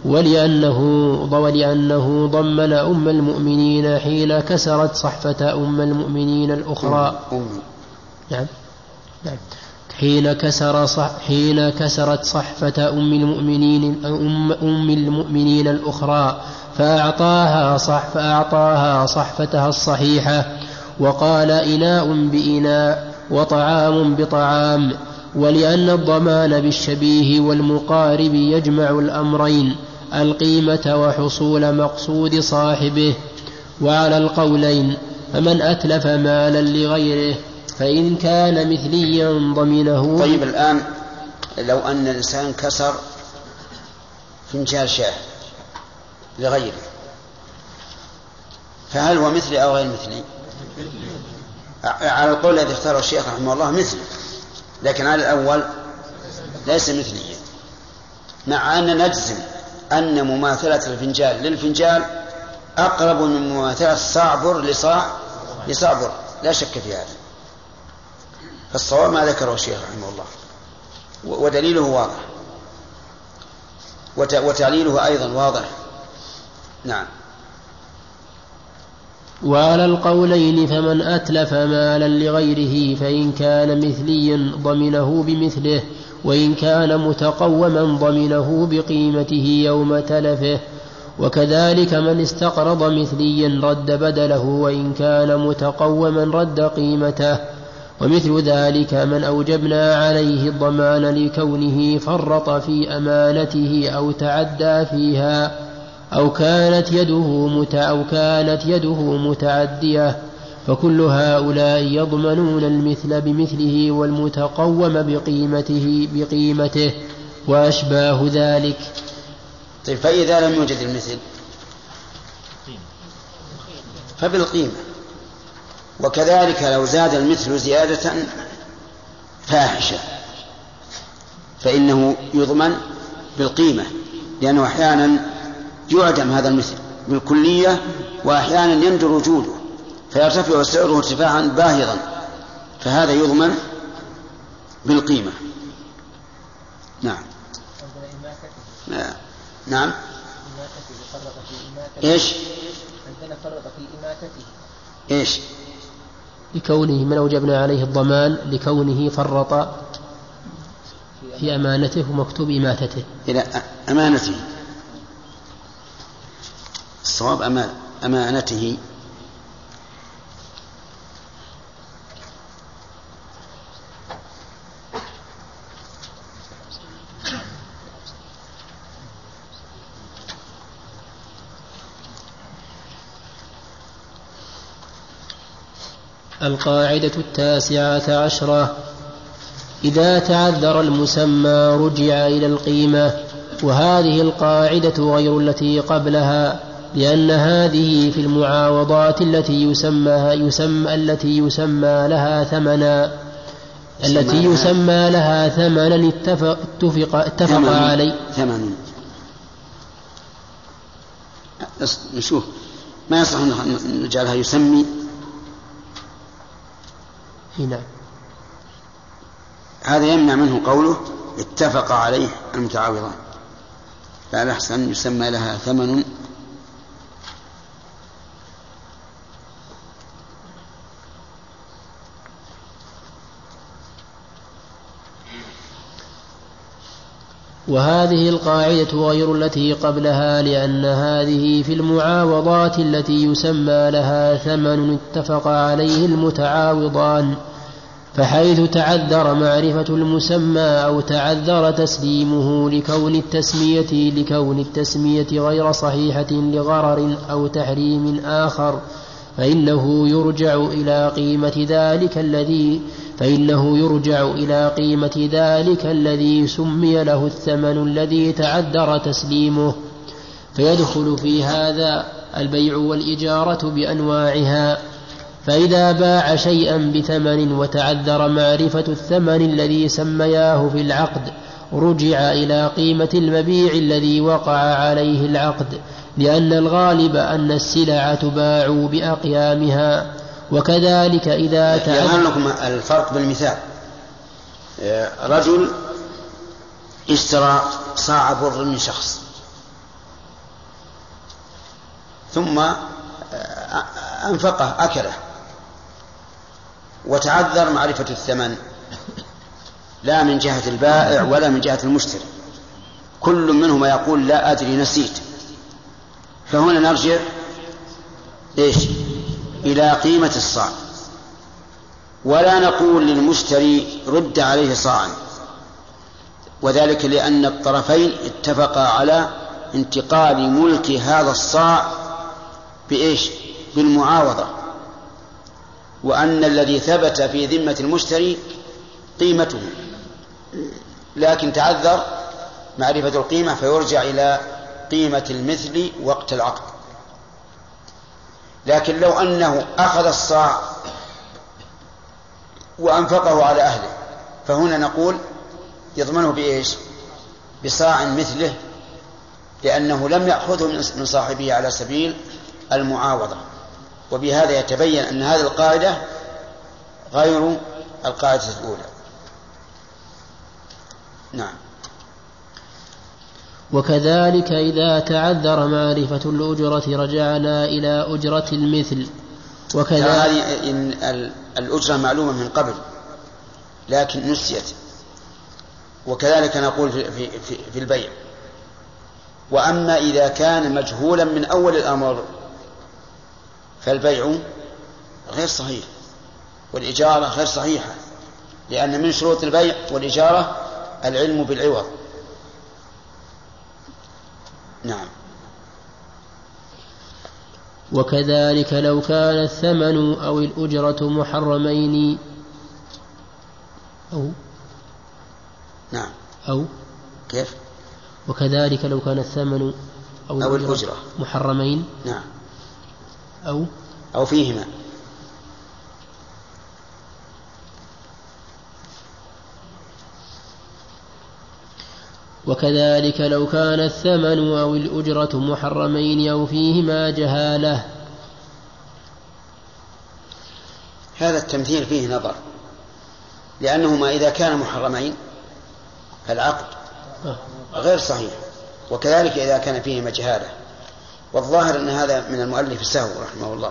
ولأنه ضمن أم المؤمنين حين كسرت صحفة أم المؤمنين الأخرى. نعم. حين كسرت صحفة أم المؤمنين الأخرى فأعطاها صحفتها الصحيحة، وقال: إناء بإناء وطعام بطعام. ولأن الضمان بالشبيه والمقارب يجمع الأمرين، القيمة وحصول مقصود صاحبه. وعلى القولين، فمن أتلف مالا لغيره فإن كان مثليا ضمنه. طيب، الآن لو أن الإنسان كسر فنجان شاي لغيره، فهل هو مثلي أو غير مثلي؟ على القول الذي اختاره الشيخ رحمه الله مثل، لكن على الأول ليس مثليا، مع أن نجزم أن مماثلة الفنجال للفنجال أقرب من مماثلة صعبر لصعبر، لا شك في هذا. فالصواب ما ذكره الشيخ رحمه الله، ودليله واضح وتعليله أيضا واضح. نعم. وعلى القولين فمن أتلف مالا لغيره فإن كان مثليا ضمنه بمثله، وإن كان متقوما ضمنه بقيمته يوم تلفه. وكذلك من استقرض مثليا رد بدله، وإن كان متقوما رد قيمته. ومثل ذلك من أوجبنا عليه الضمان لكونه فرط في أمانته أو تعدى فيها، أو كانت يده متعدية، فكل هؤلاء يضمنون المثل بمثله والمتقوم بقيمته وأشباه ذلك. طيب، فإذا لم يوجد المثل فبالقيمة. وكذلك لو زاد المثل زيادة فاحشة فإنه يضمن بالقيمة، لأنه أحيانا يعدم هذا المثل بالكلية، وأحيانا يندر وجوده فيرتفع سعره ارتفاعا باهظا، فهذا يضمن بالقيمة. نعم. نعم. إيش؟ عندنا فرط في إماتته. إيش؟ لكونه من أوجبنا عليه الضمان لكونه فرط في أمانته ومكتوب إماتته. إلى أمانته، الصواب أمانته. القاعدة 19. إذا تعذر المسمى رجع إلى القيمة. وهذه القاعدة غير التي قبلها، لأن هذه في المعاوضات التي يسمى لها ثمنا اتفق عليه. ثمن. نشوف، ما يصح أن نجعلها يسمي. نعم. هذا يمنع منه قوله اتفق عليه المتعاوضان، فعلى أحسن يسمى لها ثمن. وهذه القاعدة غير التي قبلها، لأن هذه في المعاوضات التي يسمى لها ثمن اتفق عليه المتعاوضان، فحيث تعذر معرفة المسمى أو تعذر تسليمه لكون التسمية غير صحيحة لغرر أو تحريم آخر، فإنه يرجع إلى قيمة ذلك الذي سمي له الثمن الذي تعذر تسليمه. فيدخل في هذا البيع والإجارة بأنواعها. فإذا باع شيئا بثمن وتعذر معرفة الثمن الذي سمياه في العقد، رجع إلى قيمة المبيع الذي وقع عليه العقد، لأن الغالب أن السلع تباع بأقيامها. وكذلك إذا يظهر لكم الفرق بالمثال. رجل اشترى صاع بر من شخص، ثم أنفقه أكله، وتعذر معرفة الثمن لا من جهة البائع ولا من جهة المشتري، كل منهما يقول لا أدري نسيت. فهنا نرجع إلى قيمة الصاع، ولا نقول للمشتري رد عليه صاعا، وذلك لأن الطرفين اتفقا على انتقال ملك هذا الصاع بالمعاوضة، وأن الذي ثبت في ذمة المشتري قيمته، لكن تعذر معرفة القيمة فيرجع إلى قيمة المثل وقت العقد. لكن لو أنه أخذ الصاع وأنفقه على أهله، فهنا نقول يضمنه بإيش؟ بصاع مثله، لأنه لم يأخذه من صاحبه على سبيل المعاوضة. وبهذا يتبين أن هذه القاعدة غير القاعدة الأولى. نعم. وكذلك إذا تعذر معرفة الأجرة رجعنا إلى أجرة المثل. وكذلك إن الأجرة معلومة من قبل لكن نسيت، وكذلك نقول في البيع. وأما إذا كان مجهولا من أول الأمر فالبيع غير صحيح والإجارة غير صحيحة، لأن من شروط البيع والإجارة العلم بالعوض. نعم. وكذلك لو كان الثمن أو الأجرة محرمين نعم. أو كيف؟ وكذلك لو كان الثمن أو الأجرة محرمين. نعم. أو فيهما. وكذلك لو كان الثمن أو الأجرة محرمين أو فيهما جهالة. هذا التمثيل فيه نظر، لأنهما إذا كان محرمين فالعقد غير صحيح، وكذلك إذا كان فيهما جهالة. والظاهر أن هذا من المؤلف السهو رحمه الله.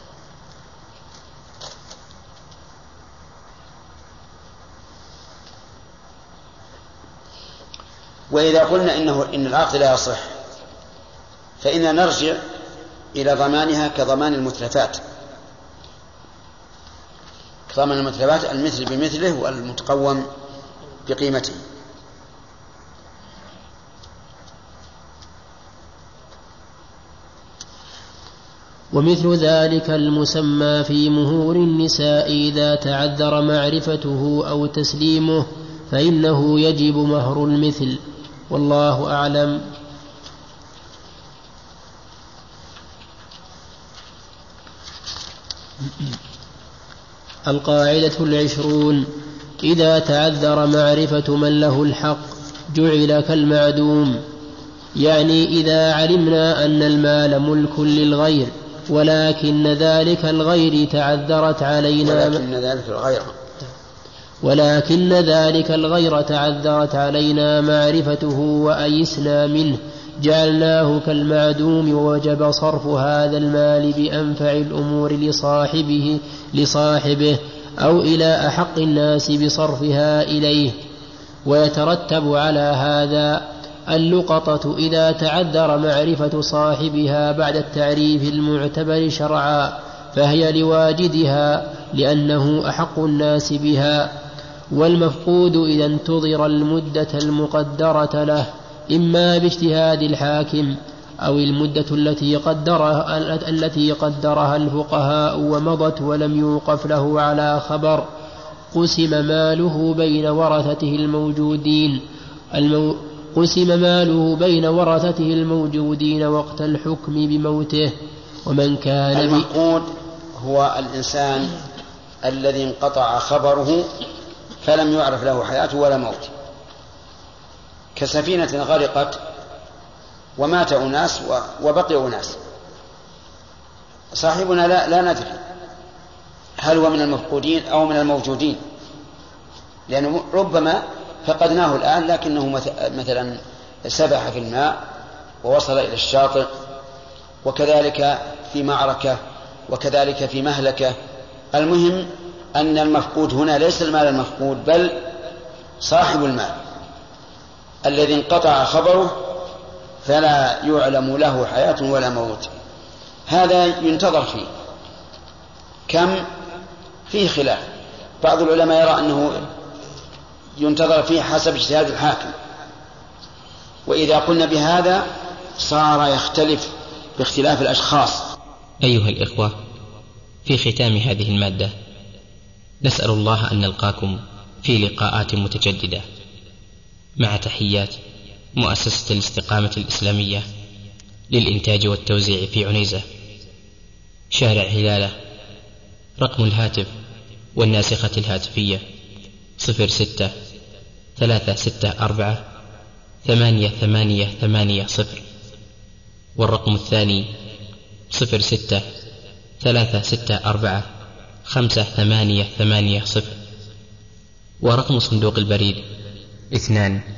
وإذا قلنا إن العقد لا يصح فإننا نرجع إلى ضمانها كضمان المتلفات، كضمان المتلفات المثل بمثله والمتقوم بقيمته. ومثل ذلك المسمى في مهور النساء إذا تعذر معرفته أو تسليمه فإنه يجب مهر المثل، والله أعلم. القاعدة 20: إذا تعذر معرفة من له الحق جعل كالمعدوم، يعني إذا علمنا أن المال ملك للغير ولكن ذلك الغير تعذرت علينا معرفته وأيسنا منه جعلناه كالمعدوم، ووجب صرف هذا المال بأنفع الأمور لصاحبه أو إلى أحق الناس بصرفها إليه. ويترتب على هذا اللقطة إذا تعذر معرفة صاحبها بعد التعريف المعتبر شرعا فهي لواجدها لأنه أحق الناس بها. والمفقود إذا انتظر المدة المقدرة له إما باجتهاد الحاكم أو المدة التي قدرها الفقهاء ومضت ولم يوقف له على خبر، قسم ماله بين ورثته الموجودين وقت الحكم بموته. ومن كان المفقود هو الإنسان الذي انقطع خبره فلم يعرف له حياة ولا موت، كسفينة غرقت ومات أناس وبقي أناس، صاحبنا لا ندري هل هو من المفقودين أو من الموجودين، لأنه ربما فقدناه الآن لكنه مثلا سبح في الماء ووصل إلى الشاطئ، وكذلك في معركة، وكذلك في مهلكة. المهم أن المفقود هنا ليس المال المفقود بل صاحب المال الذي انقطع خبره فلا يعلم له حياة ولا موت. هذا ينتظر فيه كم فيه خلاف، بعض العلماء يرى أنه ينتظر فيه حسب اجتهاد الحاكم، وإذا قلنا بهذا صار يختلف باختلاف الأشخاص. أيها الإخوة، في ختام هذه المادة نسأل الله أن نلقاكم في لقاءات متجددة، مع تحيات مؤسسة الاستقامة الإسلامية للإنتاج والتوزيع في عنيزة، شارع هلالة، رقم الهاتف والناسخة الهاتفية 06 364 8880. والرقم الثاني 06 364 5880. ورقم صندوق البريد 2